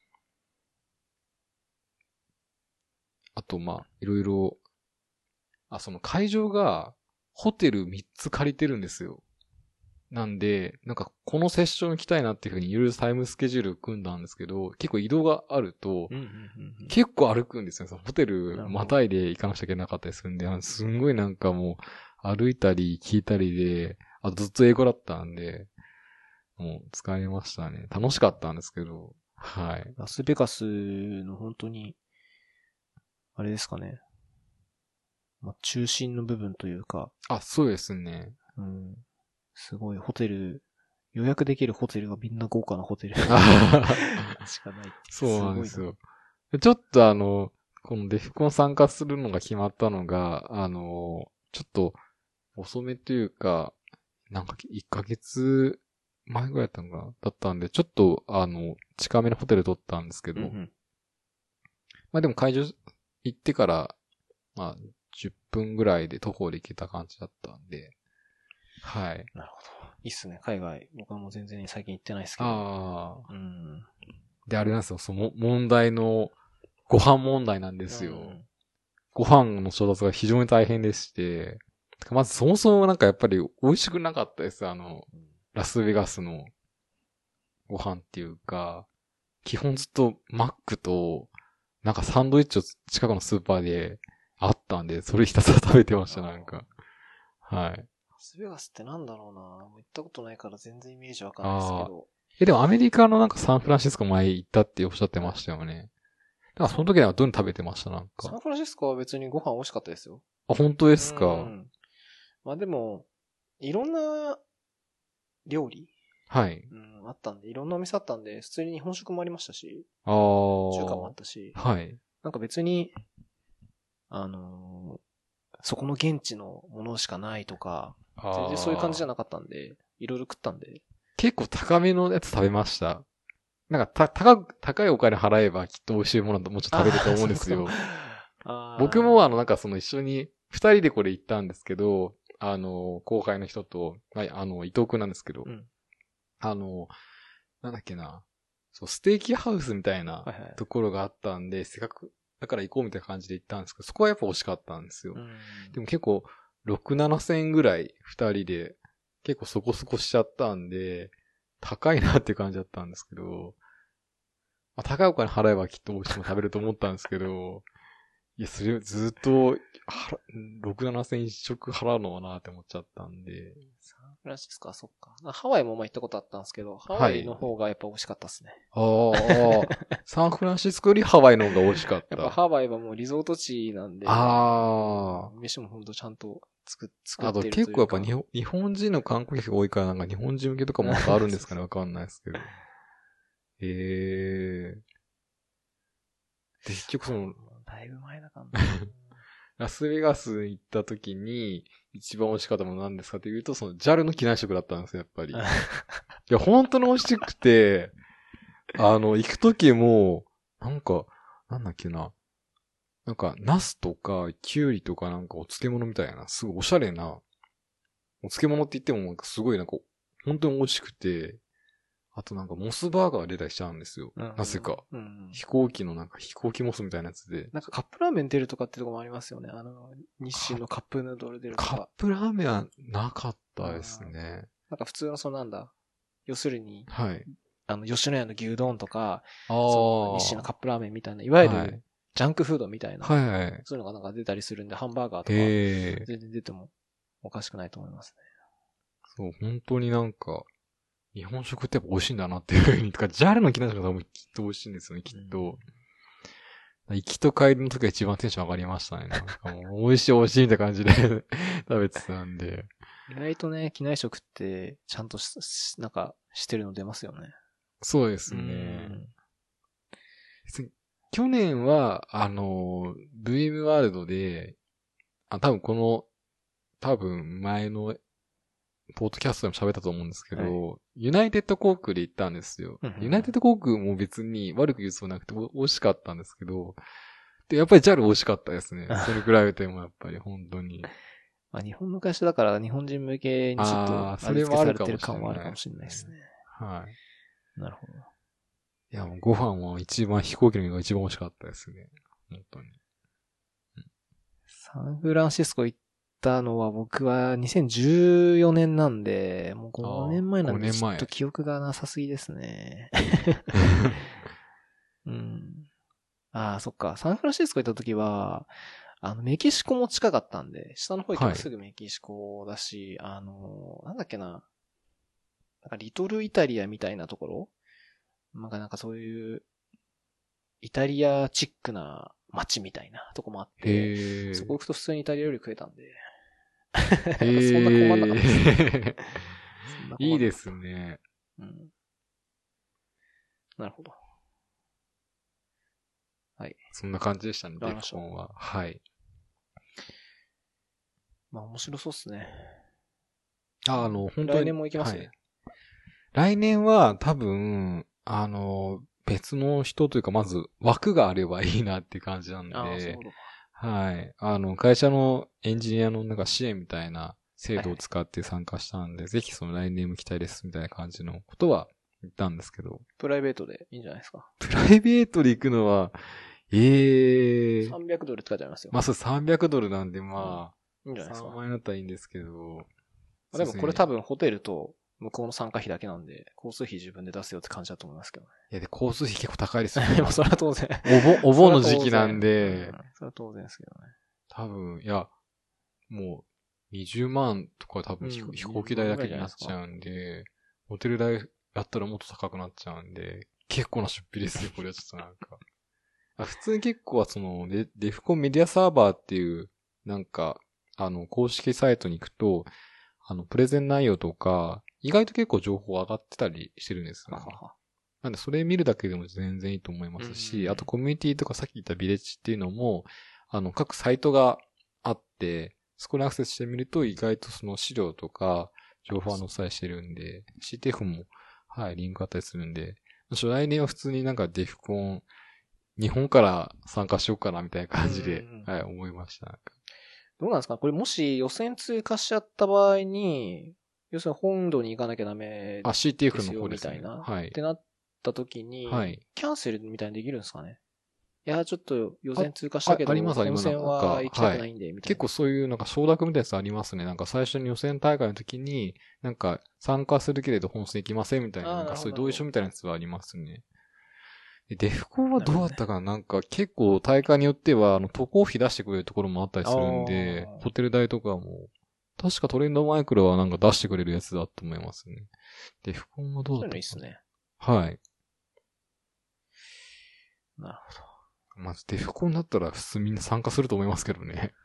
あとまあ、いろいろ、あ、その会場がホテルみっつ借りてるんですよ。なんで、なんかこのセッション行きたいなっていうふうにいろいろタイムスケジュール組んだんですけど、結構移動があると、 うんうんうんうん、 結構歩くんですよ。そのホテルまたいで行かなくちゃいけなかったりするんで、すんごいなんかもう歩いたり聞いたりで、あとずっと英語だったんで、もう使いましたね。楽しかったんですけど、はい。 ラスベガスの本当に、あれですかね。まあ、中心の部分というか。 あ、そうですね。 うん。すごいホテル、予約できるホテルがみんな豪華なホテルしかない。 そうなんですよ。ちょっとあの、このデフコン参加するのが決まったのが、あの、ちょっと遅めというか、なんかいっかげつまえぐらいだったのかなだったんで、ちょっとあの、近めのホテル取ったんですけど、うんうん、まあでも会場行ってから、まあじゅっぷんぐらいで徒歩で行けた感じだったんで、はい。 なるほど。いいっすね、海外。僕はもう全然最近行ってないですけど。 ああ。 うん。 で、あれなんですよ、その問題の、ご飯問題なんですよ。うん、ご飯の調達が非常に大変でして、まずそもそもなんかやっぱり美味しくなかったです。あの、ラスベガスのご飯っていうか、基本ずっとマックと、なんかサンドイッチを近くのスーパーであったんで、それひたすら食べてました、なんか。はい。 ラスベガスってなんだろうな。もう行ったことないから全然イメージわかんないですけど。 え、でもアメリカのなんかサンフランシスコ前行ったっておっしゃってましたよね。だからその時はどういうの食べてましたなんか。 サンフランシスコは別にご飯美味しかったですよ。 あ、本当ですか。 うん。まあでも、いろんな料理はい。 うん、あったんで、いろんなお店あったんで、普通に日本食もありましたし。 ああ。 中華もあったし。 はい。 なんか別に、あのー、そこの現地のものしかないとか、全然そういう感じじゃなかったんで、いろいろ食ったんで。 結構高めのやつ食べました。なんか、た、高く、高いお金払えばきっと美味しいものもうちょっと食べれると思うんですよ。僕もあの、なんかその一緒に、二人でこれ行ったんですけど、あの、後輩の人と、はい、あの、伊藤くんなんですけど、うん、あの、なんだっけな、そう、ステーキハウスみたいなところがあったんで、はいはい、せっかく、だから行こうみたいな感じで行ったんですけど、そこはやっぱ美味しかったんですよ。うん、でも結構、ろく、ななせんえんぐらい二人で、結構そこそこしちゃったんで、高いなっていう感じだったんですけど、 まあ、高いお金払えばきっと美味しいもの食べると思ったんですけど、いや、それをずっと、はろく、ななせん一食払うのはなって思っちゃったんで。 サンフランシスコはそっか。ハワイもまあ行ったことあったんですけど、ハワイの方がやっぱ美味しかったですね。 はい、ああ、サンフランシスコよりハワイの方が美味しかった。 やっぱハワイはもうリゾート地なんで、 ああ。 飯もほんとちゃんと作、作ってるというか。 あと結構やっぱ日本日本人の観光客が多いからなんか日本人向けとかもあるんですかねわかんないですけど。へえ。結局その、 だいぶ前だからな。 ラスベガス行った時に一番美味しかったものなんですかって言うと、その ジャル の機内食だったんですよ、やっぱり。いや、本当に美味しくて、あの、行く時も、なんか、なんだっけな。なんか、ナスとか、キュウリとかなんかお漬物みたいな、すごいおしゃれな、お漬物って言ってもなんかすごいなんか、本当に美味しくて、あとなんかモスバーガーが出たりしちゃうんですよ。うん、なぜか、うん。飛行機のなんか飛行機モスみたいなやつで。 なんかカップラーメン出るとかってとこもありますよね。あの、日清のカップヌードル出るとか。 カップラーメンはなかったですね。 なんか普通のそのなんだ。要するに、 はい。 あの、吉野家の牛丼とか、 あそう日清のカップラーメンみたいな、いわゆる、ジャンクフードみたいな、 はいはい、 そういうのがなんか出たりするんで、ハンバーガーとか、全然出てもおかしくないと思いますね。 そう、本当になんか、日本食ってやっぱ美味しいんだなっていうふうに、とか、ジャールの機内食が多分きっと美味しいんですよね、きっと。うん、行きと帰りの時が一番テンション上がりましたね。なんかもう、美味しい美味しいみたいな感じで食べてたんで。 意外とね、機内食って、ちゃんとし、なんか、してるの出ますよね。 そうですね。去年は、あの、ブイエム ワールドで、あ、多分この、多分前の、ポートキャストでも喋ったと思うんですけど、はい、ユナイテッド航空で行ったんですよ。ユナイテッド航空も別に悪く言うそうなくて美味しかったんですけど、で、やっぱり ジャル 美味しかったですね。それ比べてもやっぱり本当に。 まあ日本の会社だから日本人向けにちょっと味付けされてる感はあるかもしれないですね。 はい。 なるほど。 いや、もうご飯は一番、飛行機のが一番美味しかったですね。本当に。 うん、サンフランシスコ行ったのは僕はにせんじゅうよねんなんで、もうごねんまえなんでちょっと記憶がなさすぎですね。うん、ああ、そっか。サンフランシスコ行った時は、あの、メキシコも近かったんで、下の方行けばすぐメキシコだし、はい、あの、なんだっけな。なんかリトルイタリアみたいなところなんかなんかそういう、イタリアチックな街みたいなとこもあって、そこ行くと普通にイタリア料理食えたんで。そんな困んなかったですね。 いいですね。 うん。なるほど。はい。 そんな感じでしたね、デフコンは。はい。 まあ面白そうっすね。 あ、あの、本当に。 来年も行きますね、 はい。来年は多分、あの、別の人というか、まず枠があればいいなっていう感じなんで、 あ、そうだ。 はい。あの、会社のエンジニアのなんか支援みたいな制度を使って参加したんで、はい、ぜひその来年も来たいですみたいな感じのことは言ったんですけど。 プライベートでいいんじゃないですか。 プライベートで行くのは、ええー。 さんびゃくドルって書いてありますよ。 まあ、そうさんびゃくドルなんで、まあ、 うん、いいんじゃないですか。 さんまん円だったらいいんですけど。 あでもこれ多分ホテルと向こうの参加費だけなんで、交通費自分で出すよって感じだと思いますけどね。 いや、で、交通費結構高いですよね。でもそれは当然。 お盆、お盆の時期なんで、 うん。それは当然ですけどね。 多分、いや、もう、にじゅうまんとか多分、うん、飛行機代だけになっちゃうんで、ホテル代やったらもっと高くなっちゃうんで、結構な出費ですよ、これはちょっとなんか。あ普通に結構はそのデ、デフコンメディアサーバーっていう、なんか、あの、公式サイトに行くと、あの、プレゼン内容とか、意外と結構情報上がってたりしてるんですよ、ね。ははなんで、それ見るだけでも全然いいと思いますし、うんうん、あとコミュニティとかさっき言ったビレッジっていうのも、あの、各サイトがあって、そこにアクセスしてみると意外とその資料とか情報は載せたりしてるんで、シーティーエフ も、はい、リンクあったりするんで、来年は普通になんかデフコン、日本から参加しようかなみたいな感じで、うんうん、はい、思いました。なんかどうなんですかこれもし予選通過しちゃった場合に、要するに本土に行かなきゃダメですよあ、シーティーエフ の方ですね。 みたいな。 はい。 ってなった時に、 はい、 キャンセルみたいにできるんですかねいや、ちょっと予選通過したけど、 あありますあります。 本戦は行きたくないんで、みたいな。 結構そういうなんか承諾みたいなやつありますね。なんか最初に予選大会の時に、なんか参加するけれど本戦行きませんみたいな、なんかそういう同意書みたいなやつはありますね。 デフコンはどうだったかな、なんか結構大会によっては、あの、渡航費出してくれるところもあったりするんで、ホテル代とかも、確かトレンドマイクロはなんか出してくれるやつだと思いますね。デフコンはどうだったかな。そういうのいいっすね。 はい。 なるほど。まずデフコンだったら普通みんな参加すると思いますけどね。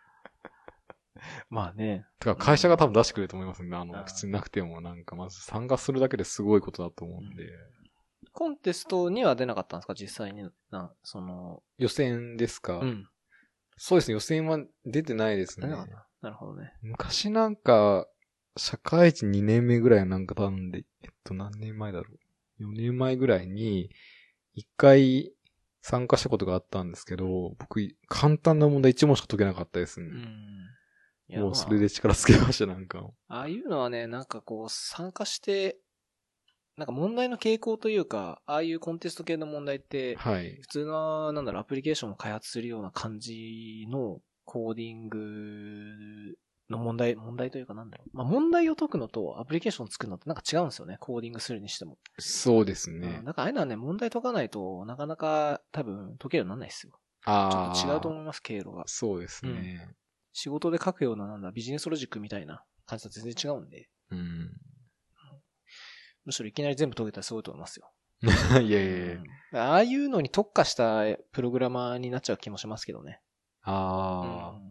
まあね。 てか会社が多分出してくれると思いますね。あの、普通になくてもなんかまず参加するだけですごいことだと思うんで。うん、 コンテストには出なかったんですか実際に。な、その。 予選ですか？ うん。 そうですね。予選は出てないですね。 なるほどね。 昔なんか、社会人にねんめぐらいなんか多分で、えっと何年前だろう。よねんまえぐらいに、一回参加したことがあったんですけど、僕、簡単な問題いち問しか解けなかったですね。うん。もうそれで力つけました、なんか。 ああいうのはね、なんかこう、参加して、なんか問題の傾向というか、ああいうコンテスト系の問題って、はい。普通の、なんだろう、アプリケーションを開発するような感じのコーディングの問題、問題というかなんだろう。まあ問題を解くのとアプリケーションを作るのってなんか違うんですよね。コーディングするにしても。 そうですね。 うん、だからああいうのはね、問題解かないとなかなか多分解けるようにならないですよ。ああ。ちょっと違うと思います、経路が。 そうですね、うん。 仕事で書くようななんだ、ビジネスロジックみたいな感じと全然違うんで。うん。むしろいきなり全部解けたらすごいと思いますよ。 いやいやいや、 うん。ああいうのに特化したプログラマーになっちゃう気もしますけどね。 ああ。うん、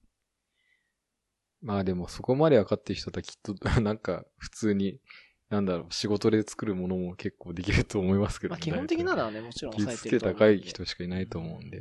まあでもそこまで分かってる人だったらきっとなんか普通に、なんだろう、仕事で作るものも結構できると思いますけどね。 まあ基本的なのはね、もちろん抑えてると思う。技術系高い人しかいないと思うんで。うん、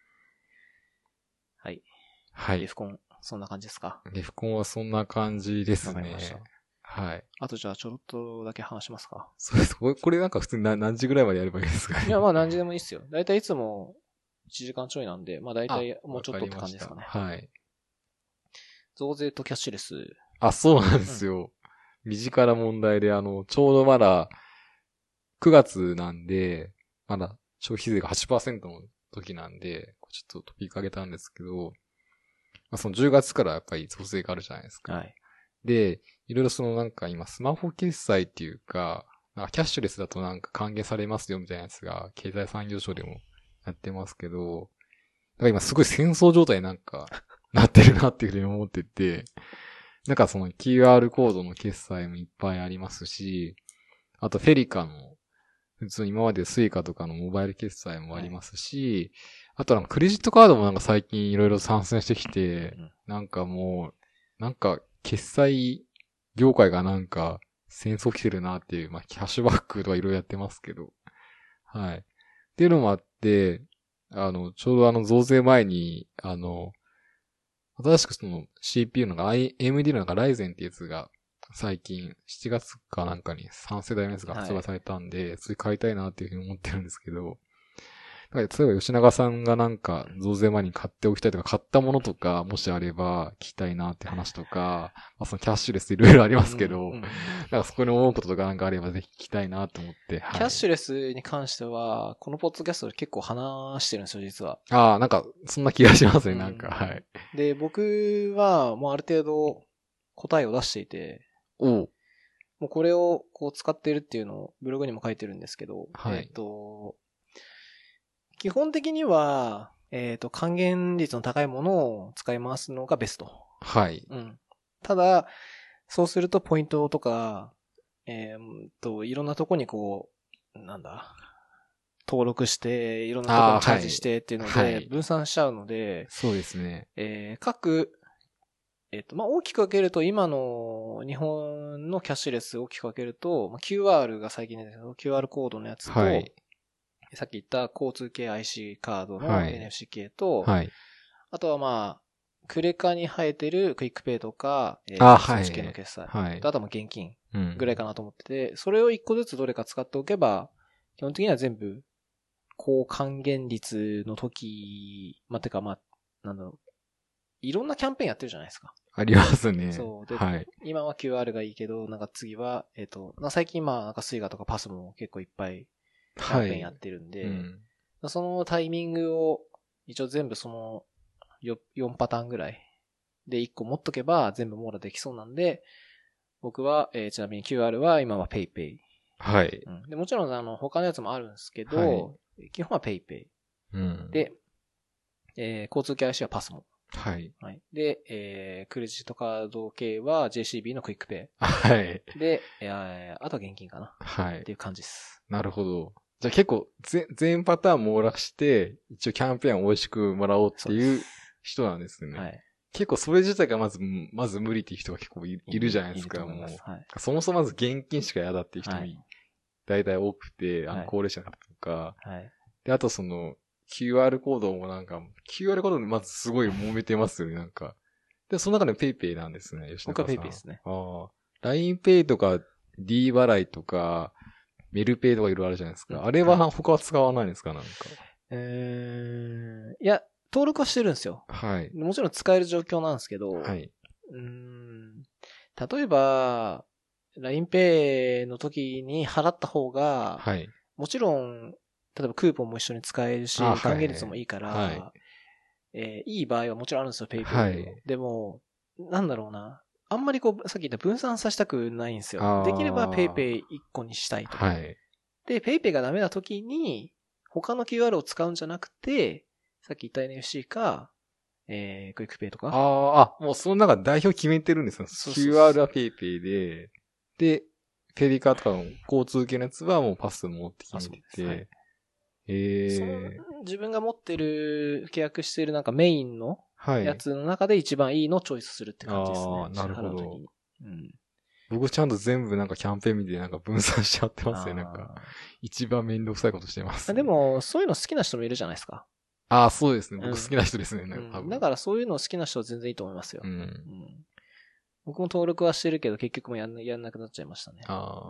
はい。 はい。 デフコン、そんな感じですか？ デフコンはそんな感じですね。わかりました。はい。 あとじゃあちょろっとだけ話しますか。 そうです。これ、これなんか普通に何何時ぐらいまでやればいいですかね。 いや、まあ何時でもいいっすよ。だいたいいつもいちじかんちょいなんで、まあだいたいもうちょっとって感じですかね。 はい。 増税とキャッシュレス。 あ、そうなんですよ。うん、身近な問題で、あの、ちょうどまだくがつなんで、まだ消費税が はちパーセント の時なんで、ちょっとトピック上げたんですけど、まあ、そのじゅうがつからやっぱり増税があるじゃないですか。はい。で、いろいろそのなんか今スマホ決済っていうか、なんかキャッシュレスだとなんか還元されますよみたいなやつが経済産業省でもやってますけど、だから今すごい戦争状態になんかなってるなっていうふうに思ってて、なんかその キューアール コードの決済もいっぱいありますし、あとフェリカの普通に今までスイカとかのモバイル決済もありますし、はい、あとなんかクレジットカードもなんか最近いろいろ参戦してきて、うん、なんかもう、なんか決済業界がなんか戦争来てるなっていう、まあキャッシュバックとかいろいろやってますけど、はい。っていうのもあって、あの、ちょうどあの増税前に、あの、新しくその シーピーユー のが エーエムディー のなんかライゼンってやつが最近しちがつかなんかにさん世代のやつが発売されたんで、はい、それ買いたいなっていうふうに思ってるんですけど、例えば吉永さんがなんか増税前に買っておきたいとか、買ったものとかもしあれば聞きたいなって話とか、まあそのキャッシュレスいろいろありますけど、うんうん、なんかそこに思うこととかなんかあればぜひ聞きたいなと思って、 はい。キャッシュレスに関しては、このポッドキャストで結構話してるんですよ、実は。 ああ、なんかそんな気がしますね、うん、なんか、はい。 で、僕はもうある程度答えを出していて、 おもうこれをこう使っているっていうのをブログにも書いてるんですけど、 はい、 えっと、基本的には、えっと、還元率の高いものを使い回すのがベスト。 はい。 うん。ただ、そうするとポイントとか、えー、と、いろんなとこにこう、なんだ、登録して、いろんなとこにチャージしてっていうので、分散しちゃうので、はい、 そうですね。 えー、各、えっと、まあ、大きく分けると、今の日本のキャッシュレス大きく分けると、キューアール が最近ですけど、キューアール コードのやつと、はい、さっき言った交通系 アイシー カードの エヌエフシー 系と、はい、あとはまあ、クレカに生えてるクイックペイとか、えー、そっち系の決済、はい、あとはもう現金ぐらいかなと思ってて、うん、それを一個ずつどれか使っておけば、基本的には全部、高還元率の時、まあ、てかまあ、なんだろう、いろんなキャンペーンやってるじゃないですか。 ありますね。 そう。で、 はい、 今は キューアール がいいけど、なんか次は、えっと、最近まあ、なんかスイカとかパスも結構いっぱいキャンペーンやってるんで、はい、うん、そのタイミングを、一応全部そのよんパターンぐらいでいっこ持っとけば全部網羅できそうなんで、僕は、えー、ちなみに キューアール は今は PayPay はい。 うん、でもちろん、あの、他のやつもあるんですけど、はい、基本は PayPay。 うん。 で、えー、交通系 アイシー はパスモ。 はい。 はい。で、えー、クレジットカード系は ジェーシービー のクイックペイ。 はい。 で、えー、あとは現金かな。 はい。 っていう感じです。 なるほど。じゃあ結構、ぜ、全パターン網羅して、一応キャンペーンを美味しくもらおうっていう人なんですね。はい。結構それ自体がまず、まず無理っていう人が結構いるじゃないですか、もう。はい、そもそもまず現金しか嫌だっていう人も、はい、大体多くて、あの、高齢者の方とか。はい。で、あとその、キューアール コードもなんか、キューアール コードでまずすごい揉めてますよね、なんか。で、その中で PayPay なんですね、吉中さん。 僕は PayPay ですね。 ああ。ラインペイ とか D 払いとか、メルペイとかいろいろあるじゃないですか。うん、あれは他は使わないんですか、なんか。 えー、いや、登録はしてるんですよ。はい。もちろん使える状況なんですけど、はい。うーん。例えば、ラインペイ の時に払った方が、はい。もちろん、例えばクーポンも一緒に使えるし、還元率もいいから、はい。えー、いい場合はもちろんあるんですよ、PayPay。はい。でも、なんだろうな。あんまりこう、さっき言った分散させたくないんですよ。できれば PayPay 一個にしたいと。はい。で、PayPay がダメな時に、他の キューアール を使うんじゃなくて、さっき言った エヌエフシー か、えー、クイックペイとか。 ああ、あ、もうその中代表決めてるんですよ。そうそうそう キューアール は PayPay で、で、ペリカとかの交通系のやつはもうパス持ってきてて、はい、えー、自分が持ってる、契約してるなんかメインのやつの中で一番いいのをチョイスするって感じですね。ああ、なるほど。うん、 僕ちゃんと全部なんかキャンペーン見てなんか分散しちゃってますね。なんか、一番めんどくさいことしてます、ね。 でも、そういうの好きな人もいるじゃないですか。 ああ、そうですね。僕好きな人ですね。うん、なんか多分だからそういうの好きな人は全然いいと思いますよ。うんうん、僕も登録はしてるけど結局もやんな、やんなくなっちゃいましたね。ああ、うん。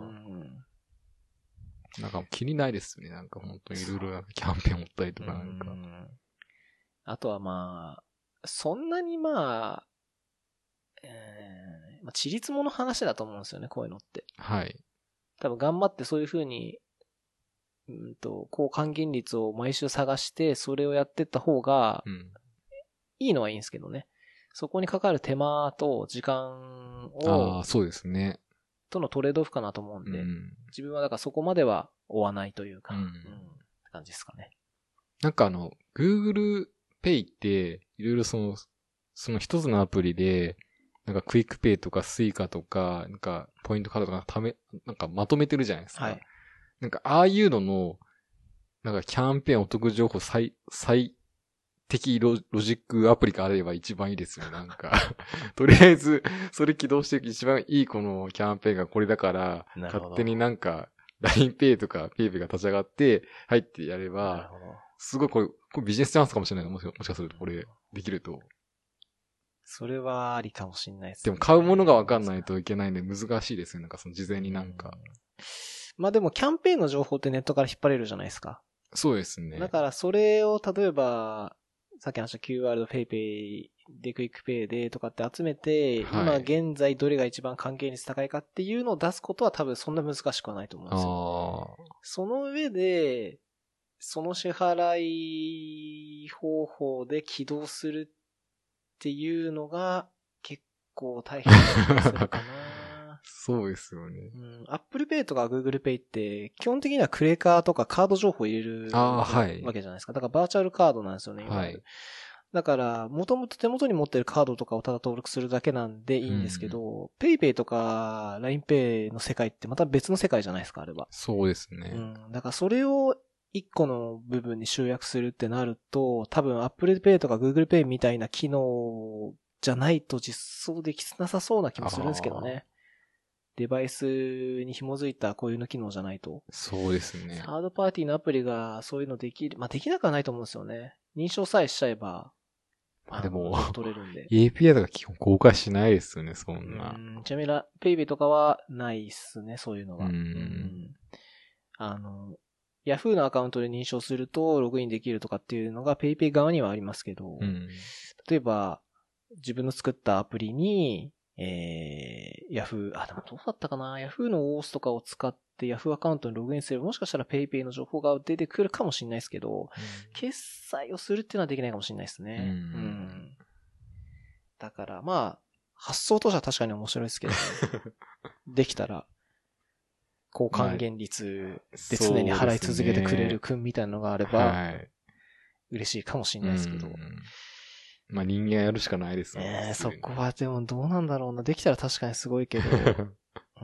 なんか気にないですね。なんか本当にいろいろキャンペーン持ったりとかなんか。 あとはまあ、そんなにまあ、えー、まあ、ちりつもの話だと思うんですよね、こういうのって。はい。多分頑張ってそういう風に、うんと、高還元率を毎週探して、それをやってった方が、いいのはいいんですけどね。そこにかかる手間と時間を、 ああ、そうですね。 とのトレードオフかなと思うんで、うん、自分はだからそこまでは追わないというか、うん、うん、って感じですかね。 なんかあの、Google Pay って、いろいろその、その一つのアプリで、なんかクイックペイとかスイカとか、なんかポイントカードとかため、なんかまとめてるじゃないですか。はい。なんかああいうのの、なんかキャンペーンお得情報最、最適ロロジックアプリがあれば一番いいですよね、なんか。とりあえず、それ起動して一番いいこのキャンペーンがこれだから、勝手になんか、ラインペイ とか PayPay が立ち上がって、入ってやれば、すごいこれ、これビジネスチャンスかもしれない。もしもしかするとこれ、できると。 それはありかもしれないですね。でも買うものが分かんないといけないんで難しいですよ。なんかその事前になんか。 まあでもキャンペーンの情報ってネットから引っ張れるじゃないですか。 そうですね。 だからそれを例えば、さっき話した キューアール PayPay でクイックペイでとかって集めて、はい、今現在どれが一番関係率高いかっていうのを出すことは多分そんな難しくはないと思うんですよ。その上で、その支払い方法で起動するっていうのが結構大変な気がするかな。 そうですよね。 うん。Apple Pay とか Google Pay って基本的にはクレカとかカード情報を入れるわけじゃないですか。だからバーチャルカードなんですよね、今。はい。だから、もともと手元に持ってるカードとかをただ登録するだけなんでいいんですけど、うん、PayPay とか ラインペイ の世界ってまた別の世界じゃないですか、あれは。 そうですね。 うん。だからそれを一個の部分に集約するってなると、多分 Apple Pay とか Google Pay みたいな機能じゃないと実装できなさそうな気もするんですけどね。デバイスに紐づいたこういうの機能じゃないと。 そうですね。 サードパーティーのアプリがそういうのできる、まあできなくはないと思うんですよね。認証さえしちゃえば。 まあでも、 取れるんで。 エーピーアイ とか基本公開しないですよね、そんな。 うん、ちなみに、PayPay とかはないっすね、そういうのは。うん。あの、Yahoo のアカウントで認証するとログインできるとかっていうのが PayPay 側にはありますけど、うん、例えば、自分の作ったアプリに、えー、Yahoo、あ、でもどうだったかな Yahoo の オーオーエス とかを使って Yahoo アカウントにログインすればもしかしたら PayPay の情報が出てくるかもしれないですけど、うん、決済をするっていうのはできないかもしれないですね。うん。うん、だからまあ、発想としては確かに面白いですけど、ね、できたら、 高還元率で常に払い続けてくれる君みたいなのがあれば、はい、嬉しいかもしれないですけど。 まあ人間やるしかないですよね。えー、そこはでもどうなんだろうな。できたら確かにすごいけど、うん、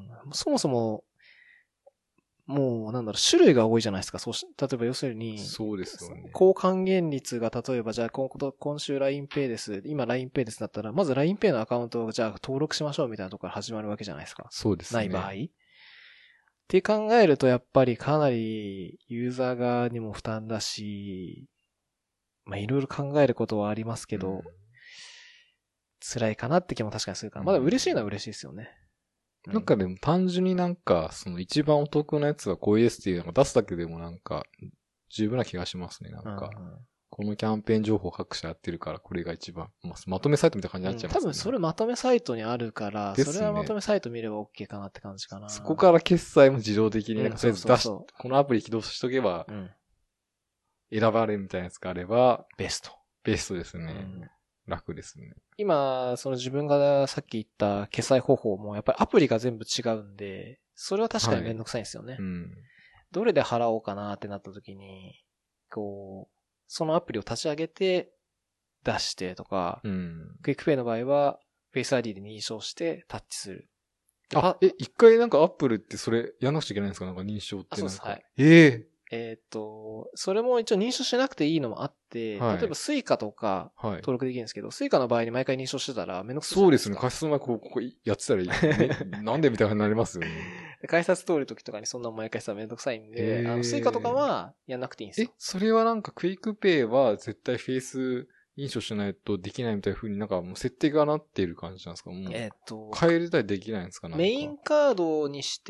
そもそも、もう、なんだろう、種類が多いじゃないですか。そうし、例えば要するに、 そうですよね。 高還元率が、例えば、じゃあ今、今週 ラインペイ です。今 ラインペイ ですだったら、まず ラインペイ のアカウントをじゃあ登録しましょうみたいなところから始まるわけじゃないですか。 そうですね。 ない場合。って考えると、やっぱりかなりユーザー側にも負担だし、まあいろいろ考えることはありますけど、うん、辛いかなって気も確かにするから、まだ嬉しいのは嬉しいですよね。 なんかでも単純になんか、その一番お得なやつはこういうですっていうのを出すだけでもなんか、十分な気がしますね、なんか。うんうん、このキャンペーン情報各社やってるから、これが一番。まあ、まとめサイトみたいな感じになっちゃいますね、うん。多分それまとめサイトにあるから、ね、それはまとめサイト見れば OK かなって感じかな。 そこから決済も自動的になんかとりあえず出し、このアプリ起動しとけば、選ばれるみたいなやつがあれば、 ベスト。 ベストですね。うん楽ですね。 今、その自分がさっき言った決済方法もやっぱりアプリが全部違うんで、それは確かにめんどくさいんですよね。はいうん、どれで払おうかなってなった時に、こう、そのアプリを立ち上げて出してとか、うん、クイックペイの場合は Face アイディー で認証してタッチする。 あ、え、一回なんかアップルってそれやらなくちゃいけないんですかなんか認証ってなんか。 あ、そうです。はい。 ええーえっと、それも一応認証しなくていいのもあって、はい、例えばスイカとか登録できるんですけど、はい、スイカの場合に毎回認証してたらめんどくさいじゃないですか。 そうですね。カシスマここ、ここやってたらいい。ね、なんでみたいになりますよね。 改札通るときとかにそんな毎回したらめんどくさいんで、あのスイカとかはやんなくていいんですよ。 え、それはなんかクイックペイは絶対フェイス認証しないとできないみたいな風になんかもう設定がなっている感じなんですかもう。えっと。変えたりできないんですかなんかメインカードにして、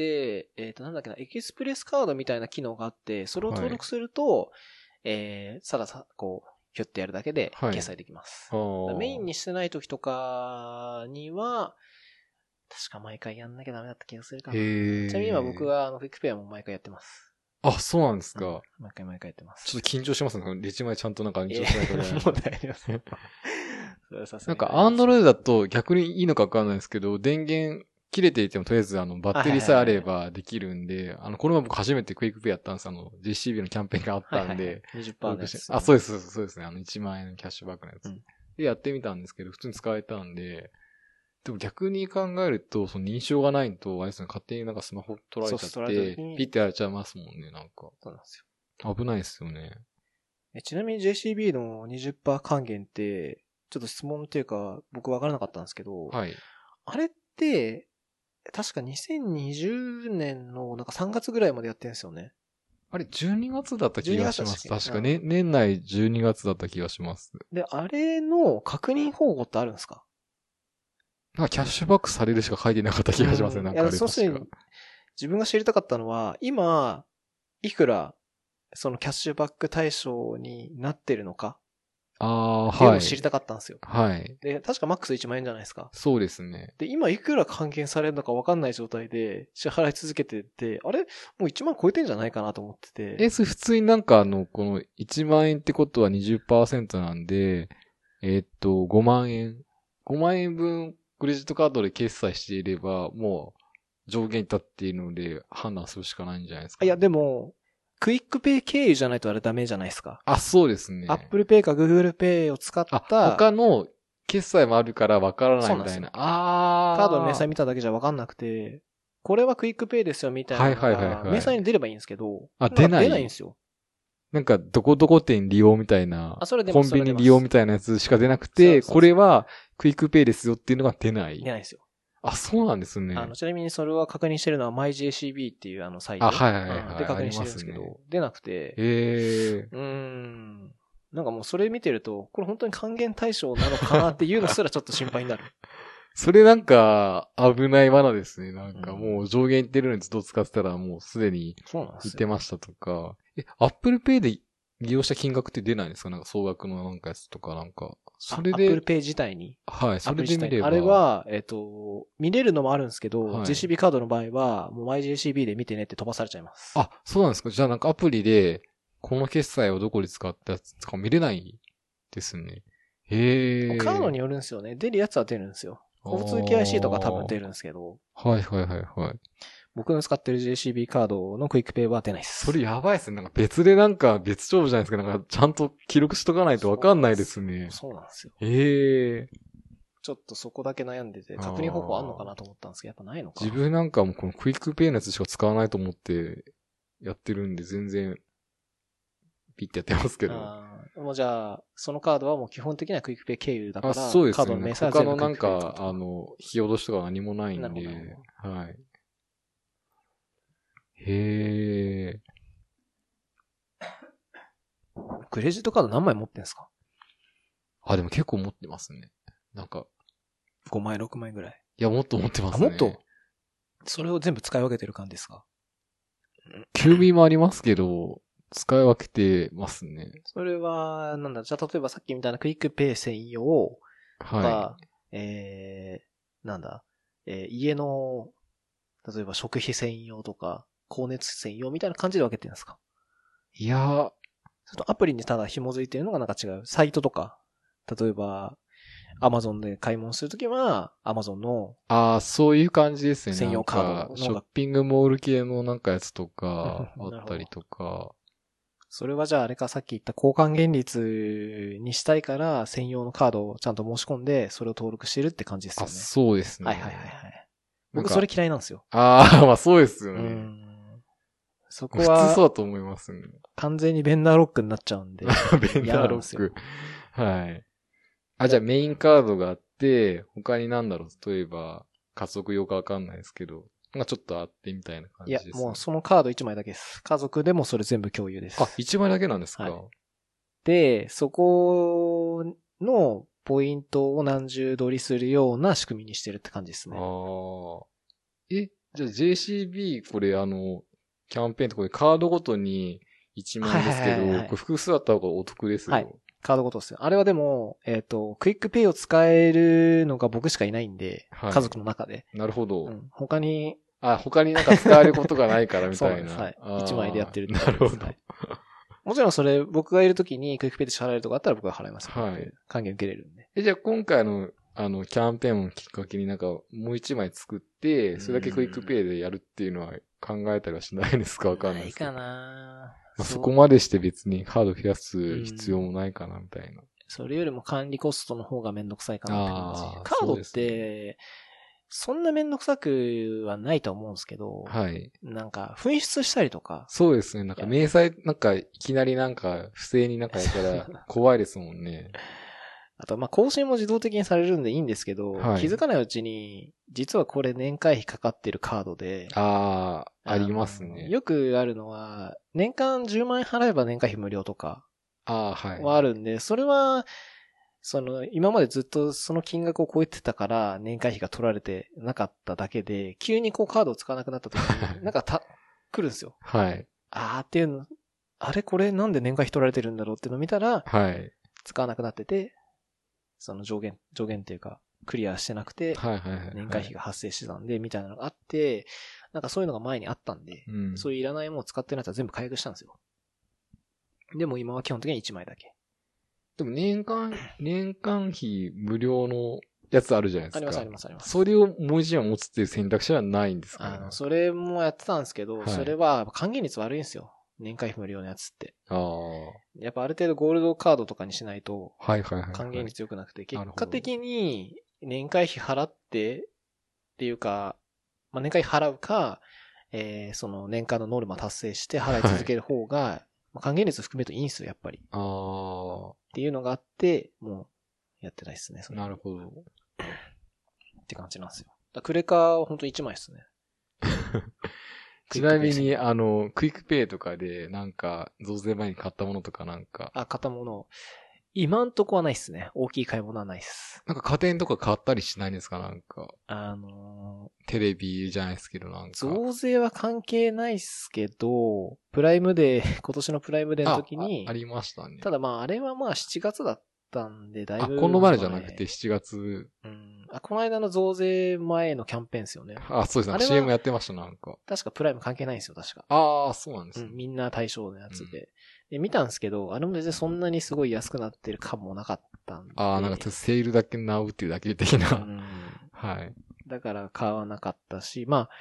えっと、なんだっけな、エキスプレスカードみたいな機能があって、それを登録すると、はい、えー、さらさ、こう、ひょってやるだけで決済できます。はい、メインにしてない時とかには、確か毎回やんなきゃダメだった気がするかな。ちなみに今僕はあの、クイックペイも毎回やってます。 あ、そうなんですか、うん。 毎回毎回やってます。 ちょっと緊張しますね。レジ前ちゃんとなんか認証しないといけない。もう大丈夫です。 それはさすがになんか、アンドロイドだと逆にいいのかわかんないですけど、電源切れていてもとりあえずあの、バッテリーさえあればできるんで、あの、この前僕初めてクイックペイやったんです。あの、ジェーシービー のキャンペーンがあったんで。はいはい、 にじゅっパーセント のやつ、ね。 あ、そうです、そうですね。あの、いちまん円のキャッシュバックのやつ。うん、で、やってみたんですけど、普通に使えたんで、でも逆に考えると、その認証がないと、あれですね、勝手になんかスマホ取られちゃって、ピッてやれちゃいますもんね、なんか。 そうなんですよ。 危ないですよね。 えちなみに ジェーシービー の にじゅっパーセント 還元って、ちょっと質問っていうか、僕分からなかったんですけど、はい。あれって、確かにせんにじゅうねんのなんかさんがつぐらいまでやってるんですよね。 あれ、じゅうにがつだった気がします。確かね、年内じゅうにがつだった気がします。 で、あれの確認方法ってあるんですか？ なんかキャッシュバックされるしか書いてなかった気がしますね、なんかあれ確か。そうするに、 自分が知りたかったのは、今、いくら、そのキャッシュバック対象になってるのか。 ああ、はい。 っていうのを知りたかったんですよ。 はい。 で、確かマックスいちまん円じゃないですか。 そうですね。 で、今いくら還元されるのか分かんない状態で支払い続けてて、あれもういちまん超えてんじゃないかなと思ってて。 え、それ普通になんかあの、このいちまん円ってことは にじゅっパーセント なんで、えー、っと、ごまんえん。ごまん円分クレジットカードで決済していれば、もう上限に立っているので判断するしかないんじゃないですか。 いや、でも、クイックペイ経由じゃないとあれダメじゃないですか。 あ、そうですね。 アップルペイかグーグルペイを使った。 あ、他の決済もあるから分からないみたいな。ああ。カードの明細見ただけじゃ分かんなくて、これはクイックペイですよみたいなのが、はいはいはいはい、明細に出ればいいんですけど、 あ、出ない。 出ないんですよ。 なんか、どこどこ店利用みたいな、あ、それでもコンビニ利用みたいなやつしか出なくて、これはクイックペイですよっていうのが出ない。 出ないですよ。 あ、そうなんですね。 あの、ちなみにそれは確認してるのは マイジェーシービー っていうあのサイト。 あ、はいはいはい、うん。 で確認してるんですけど、ね、出なくて。 へー。 うーん。なんかもうそれ見てると、これ本当に還元対象なのかなっていうのすらちょっと心配になる。 それなんか、危ない罠ですね。なんかもう上限いってるのにずっと使ってたらもうすでに言ってましたとか。え、Apple Pay で利用した金額って出ないんですかなんか総額のなんかやつとかなんか。それで。 Apple Pay 自体にはい、それで見れば。 あれは、えっと、見れるのもあるんですけど、はい、ジェーシービー カードの場合は、もう マイジェーシービー で見てねって飛ばされちゃいます。 あ、そうなんですかじゃあなんかアプリで、この決済をどこで使ったやつとか見れないですね。へー。 カードによるんですよね。出るやつは出るんですよ。交通系 アイシー とか多分出るんですけど。 はいはいはいはい。 僕の使ってる ジェーシービー カードのクイックペイは出ないです。 それやばいっすね。なんか別でなんか別帳じゃないですか。なんかちゃんと記録しとかないとわかんないですね。 そうなんですよ。 ええー。 ちょっとそこだけ悩んでて、確認方法あんのかなと思ったんですけど、やっぱないのかな。 自分なんかもこのクイックペイのやつしか使わないと思ってやってるんで、全然、ピッてやってますけど。 ああ、もうじゃあ、そのカードはもう基本的にはクイックペイ経由だから、 あ、そうですね。 カードの明細は他のなん全部クイックペイか、あの、引き落としとか何もないんで、はい。へえ。 クレジットカード何枚持ってんすか？ あ、でも結構持ってますね。なんか。 ごまい、ろくまいぐらい。 いや、もっと持ってますね。 あ、もっと？それを全部使い分けてる感じですか？ キュービーもありますけど、使い分けてますね。 それは、なんだ、じゃあ例えばさっきみたいなクイックペイ専用とか、はい、えー、なんだ、えー、家の、例えば食費専用とか、光熱専用みたいな感じで分けてるんですか？ いやー。 ちょっとアプリにただ紐づいてるのがなんか違う。サイトとか、例えば、アマゾンで買い物するときは、アマゾンの。 ああ、そういう感じですね。 専用カード。 ショッピングモール系のなんかやつとか、あったりとか。 それはじゃああれか、さっき言った交換現率にしたいから、専用のカードをちゃんと申し込んで、それを登録してるって感じですよね。 あ、そうですね。 はいはいはいはい。僕それ嫌いなんですよ。 ああ、まあそうですよね。うんそこは。 普通そうだと思いますね。 完全にベンダーロックになっちゃうんで。 ベンダーロック。はい。あ、じゃあメインカードがあって、他になんだろう、例えば、家族用かわかんないですけど、なんかちょっとあってみたいな感じです、ね。 いや、もうそのカードいちまいだけです。家族でもそれ全部共有です。 あ、いちまいだけなんですか、はい、 で、そこのポイントを何重取りするような仕組みにしてるって感じですね。 ああ。え、じゃあ ジェーシービー これあの、キャンペーンとかでカードごとにいちまんですけど、はいはいはいはい、これ複数あった方がお得ですよ。はい。 カードごとですよ。あれはでも、えっと、クイックペイを使えるのが僕しかいないんで、はい、家族の中で。 なるほど。 うん、他に、 あ、他になんか使えることがないからみたいな。 そうです。はい。いちまいでやってるってなるほど。はい、 もちろんそれ、僕がいるときにクイックペイで支払えるとかあったら僕は払いますよ。 はい。 還元受けれるんで。 え、じゃあ今回の、あの、キャンペーンをきっかけになんか、もう一枚作って、それだけクイックペイでやるっていうのは考えたりはしないですか？わかんないですけど。 ないかなまあ、そこまでして別にカード増やす必要もないかなみたいな。 それよりも管理コストの方がめんどくさいかなって感じ。カードって、そんなめんどくさくはないと思うんですけど、 はい。 なんか、紛失したりとか。 そうですね。なんか、明細、なんか、いきなりなんか、不正になんかやったら怖いですもんね。 あと、ま、更新も自動的にされるんでいいんですけど、はい、気づかないうちに、実はこれ年会費かかってるカードで。 ああ、ありますね。 よくあるのは、年間じゅうまんえん払えば年会費無料とか。 ああ、はい。 はあるんで、それは、その、今までずっとその金額を超えてたから年会費が取られてなかっただけで、急にこうカードを使わなくなった時に、なんかた、来るんですよ。 はい。 あーっていうの、あれこれなんで年会費取られてるんだろうっていうのを見たら、 はい。 使わなくなってて、その上限、上限っていうか、クリアしてなくて、 はいはいはい。 年会費が発生してたんで、みたいなのがあって、なんかそういうのが前にあったんで、うん、そういういらないものを使ってるやつは全部解約したんですよ。でも今は基本的にいちまいだけ。 でも年間、年間費無料のやつあるじゃないですか。 ありますありますあります。 それをもう一枚持つっていう選択肢はないんですかね。 あの、それもやってたんですけど、はい、それは還元率悪いんですよ。年会費無料のやつって。ああ。やっぱある程度ゴールドカードとかにしないと、 はいはいはい。 還元率良くなくて、結果的に年会費払ってっていうか、まあ、年会費払うか、えー、その年間のノルマ達成して払い続ける方が、はい、まあ、還元率含めるといいんですよ、やっぱり。ああ。っていうのがあって、もう、やってないですね。 なるほど。 って感じなんですよ。だクレカはほんといちまいですね。 ちなみに、あの、クイックペイとかで、なんか、増税前に買ったものとかなんか。 あ、買ったもの。今んとこはないっすね。大きい買い物はないっす。 なんか家電とか買ったりしないんですか？なんか。 あのー、テレビじゃないですけどなんか。 増税は関係ないっすけど、プライムデー、今年のプライムデーの時に。 あ、あ、ありましたね。 ただまあ、あれはまあしちがつだったんで、だいぶ。 あ、この前じゃなくてしちがつ。 うん。あ、この間の増税前のキャンペーンですよね。 あ、そうですね。シーエム やってました、なんか。 確かプライム関係ないんですよ、確か。 ああ、そうなんですね、 うん。みんな対象のやつで。うん、で、見たんですけど、あれも全然そんなにすごい安くなってる感もなかったんで。 ああ、なんかセールだけなうっていうだけ的な。うん、はい。 だから買わなかったし、まあ、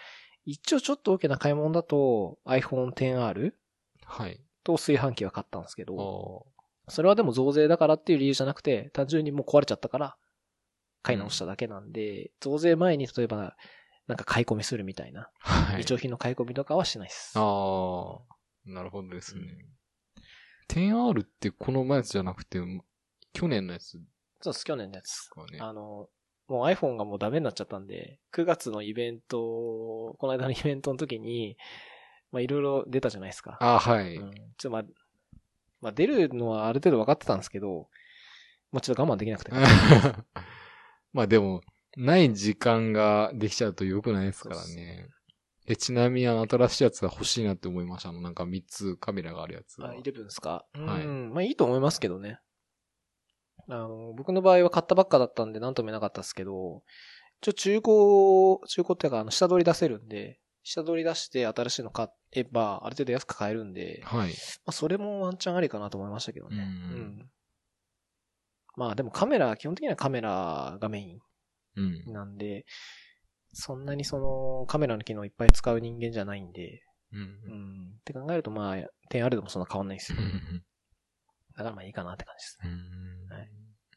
一応ちょっと大きな買い物だと iPhone テンアールはい。 と炊飯器は買ったんですけど、 おそれはでも増税だからっていう理由じゃなくて、単純にもう壊れちゃったから買い直しただけなんで、うん、増税前に例えばなんか買い込みするみたいな、はい、日用品の買い込みとかはしないです。 ああ、なるほどですね。うん、テンアール ってこの前のやつじゃなくて、去年のやつ？ そうです、去年のやつ。ね、あの、もう iPhone がもうダメになっちゃったんで、くがつのイベント、この間のイベントの時に、まあいろいろ出たじゃないですか。 あ、はい。 うん、ちょっとまあ、まあ出るのはある程度分かってたんですけど、まあちょっと我慢できなくて。 まあでも、ない時間ができちゃうと良くないですからね。え、ちなみにあの新しいやつは欲しいなって思いました。あのなんかみっつカメラがあるやつは。 あ、イレブンですか？ はい。 うん、まあいいと思いますけどね。あの、僕の場合は買ったばっかだったんで何とも言えなかったですけど、ちょ、中古、中古っていうか、あの、下取り出せるんで、下取り出して新しいの買えば、ある程度安く買えるんで、 はい。まあ、それもワンチャンありかなと思いましたけどね。 うん、うんうん。まあでもカメラ、基本的にはカメラがメインなんで、うん、そんなにそのカメラの機能いっぱい使う人間じゃないんで、 うん。うん。 って考えるとまあ、テンアールでもそんな変わんないですよ。だからまあいいかなって感じですね。 うん。はい。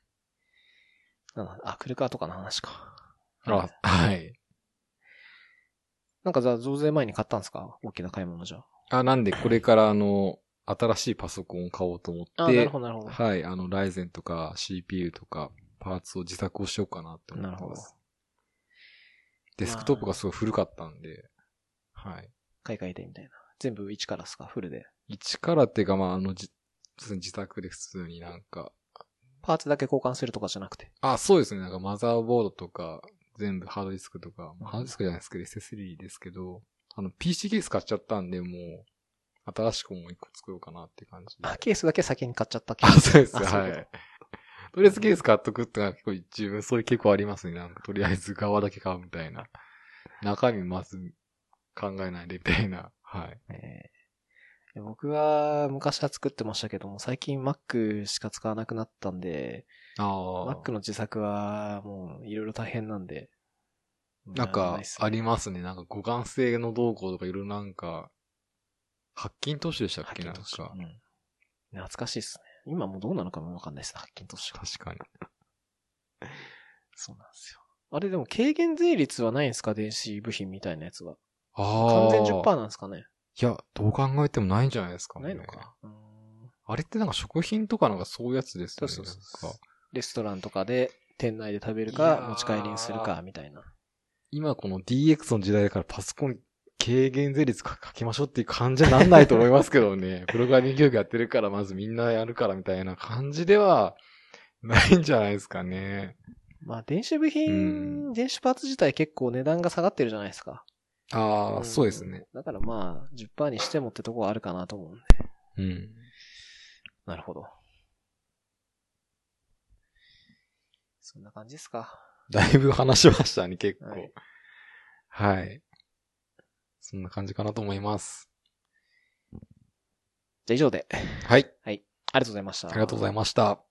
あ、クルカーとかの話か。 あ、はい。 なんかじゃあ増税前に買ったんですか？大きな買い物じゃ。 あ、なんでこれからあの、新しいパソコンを買おうと思って。 あ、なるほどなるほど。 はい。あの、ライゼンとか シーピーユー とかパーツを自作をしようかなって思ってます。なるほど。デスクトップがすごい古かったんで、まあ、はい。 買い替えてみたいな。全部一からですか？フルで。 一からっていうかまああの、じ自宅で普通になんか。 パーツだけ交換するとかじゃなくて。 あ、そうですね。なんかマザーボードとか、全部ハードディスクとか、ハードディスクじゃないですけど、エスエスディー ですけど、あの、ピーシー ケース買っちゃったんで、もう、新しくもう一個作ろうかなって感じで。 あ、ケースだけ先に買っちゃったケース。あ、そうです。はい。とりあえずケース買っとくってのは結構自分そういう結構ありますね。なんかとりあえず側だけ買うみたいな。中身まず考えないでみたいな。はい。 えー、僕は昔は作ってましたけども、最近 Mac しか使わなくなったんで、あ Mac の自作はもういろいろ大変なんで。 なんか、ありますね。なんか互換性の動向とかいろいろなんか、ハッキントッシュでしたっけなんか、 うん。懐かしいっすね。今もうどうなのかもわかんないですね、ハッキントッシュ。 確かに。 そうなんですよ。あれでも軽減税率はないんですか？電子部品みたいなやつは。 ああ。完全 じゅっパーセント なんですかね？ いや、どう考えてもないんじゃないですかね。 ないのか。うーん、 あれってなんか食品とかなんかそういうやつですね。 そうそうそう。レストランとかで店内で食べるか持ち帰りにするかみたいな。 今この ディーエックス の時代だからパソコン軽減税率書きましょうっていう感じになんないと思いますけどね。プログラミング教育やってるからまずみんなやるからみたいな感じではないんじゃないですかね。 まあ電子部品、うん、電子パーツ自体結構値段が下がってるじゃないですか。 ああ、うん、そうですね。 だからまあ じゅっパーセント にしてもってとこはあるかなと思うんで。 うん。 なるほど。そんな感じですか。 だいぶ話しましたね、結構。はい。はい。そんな感じかなと思います。 じゃあ以上で。 はい。 はい。ありがとうございました。 ありがとうございました。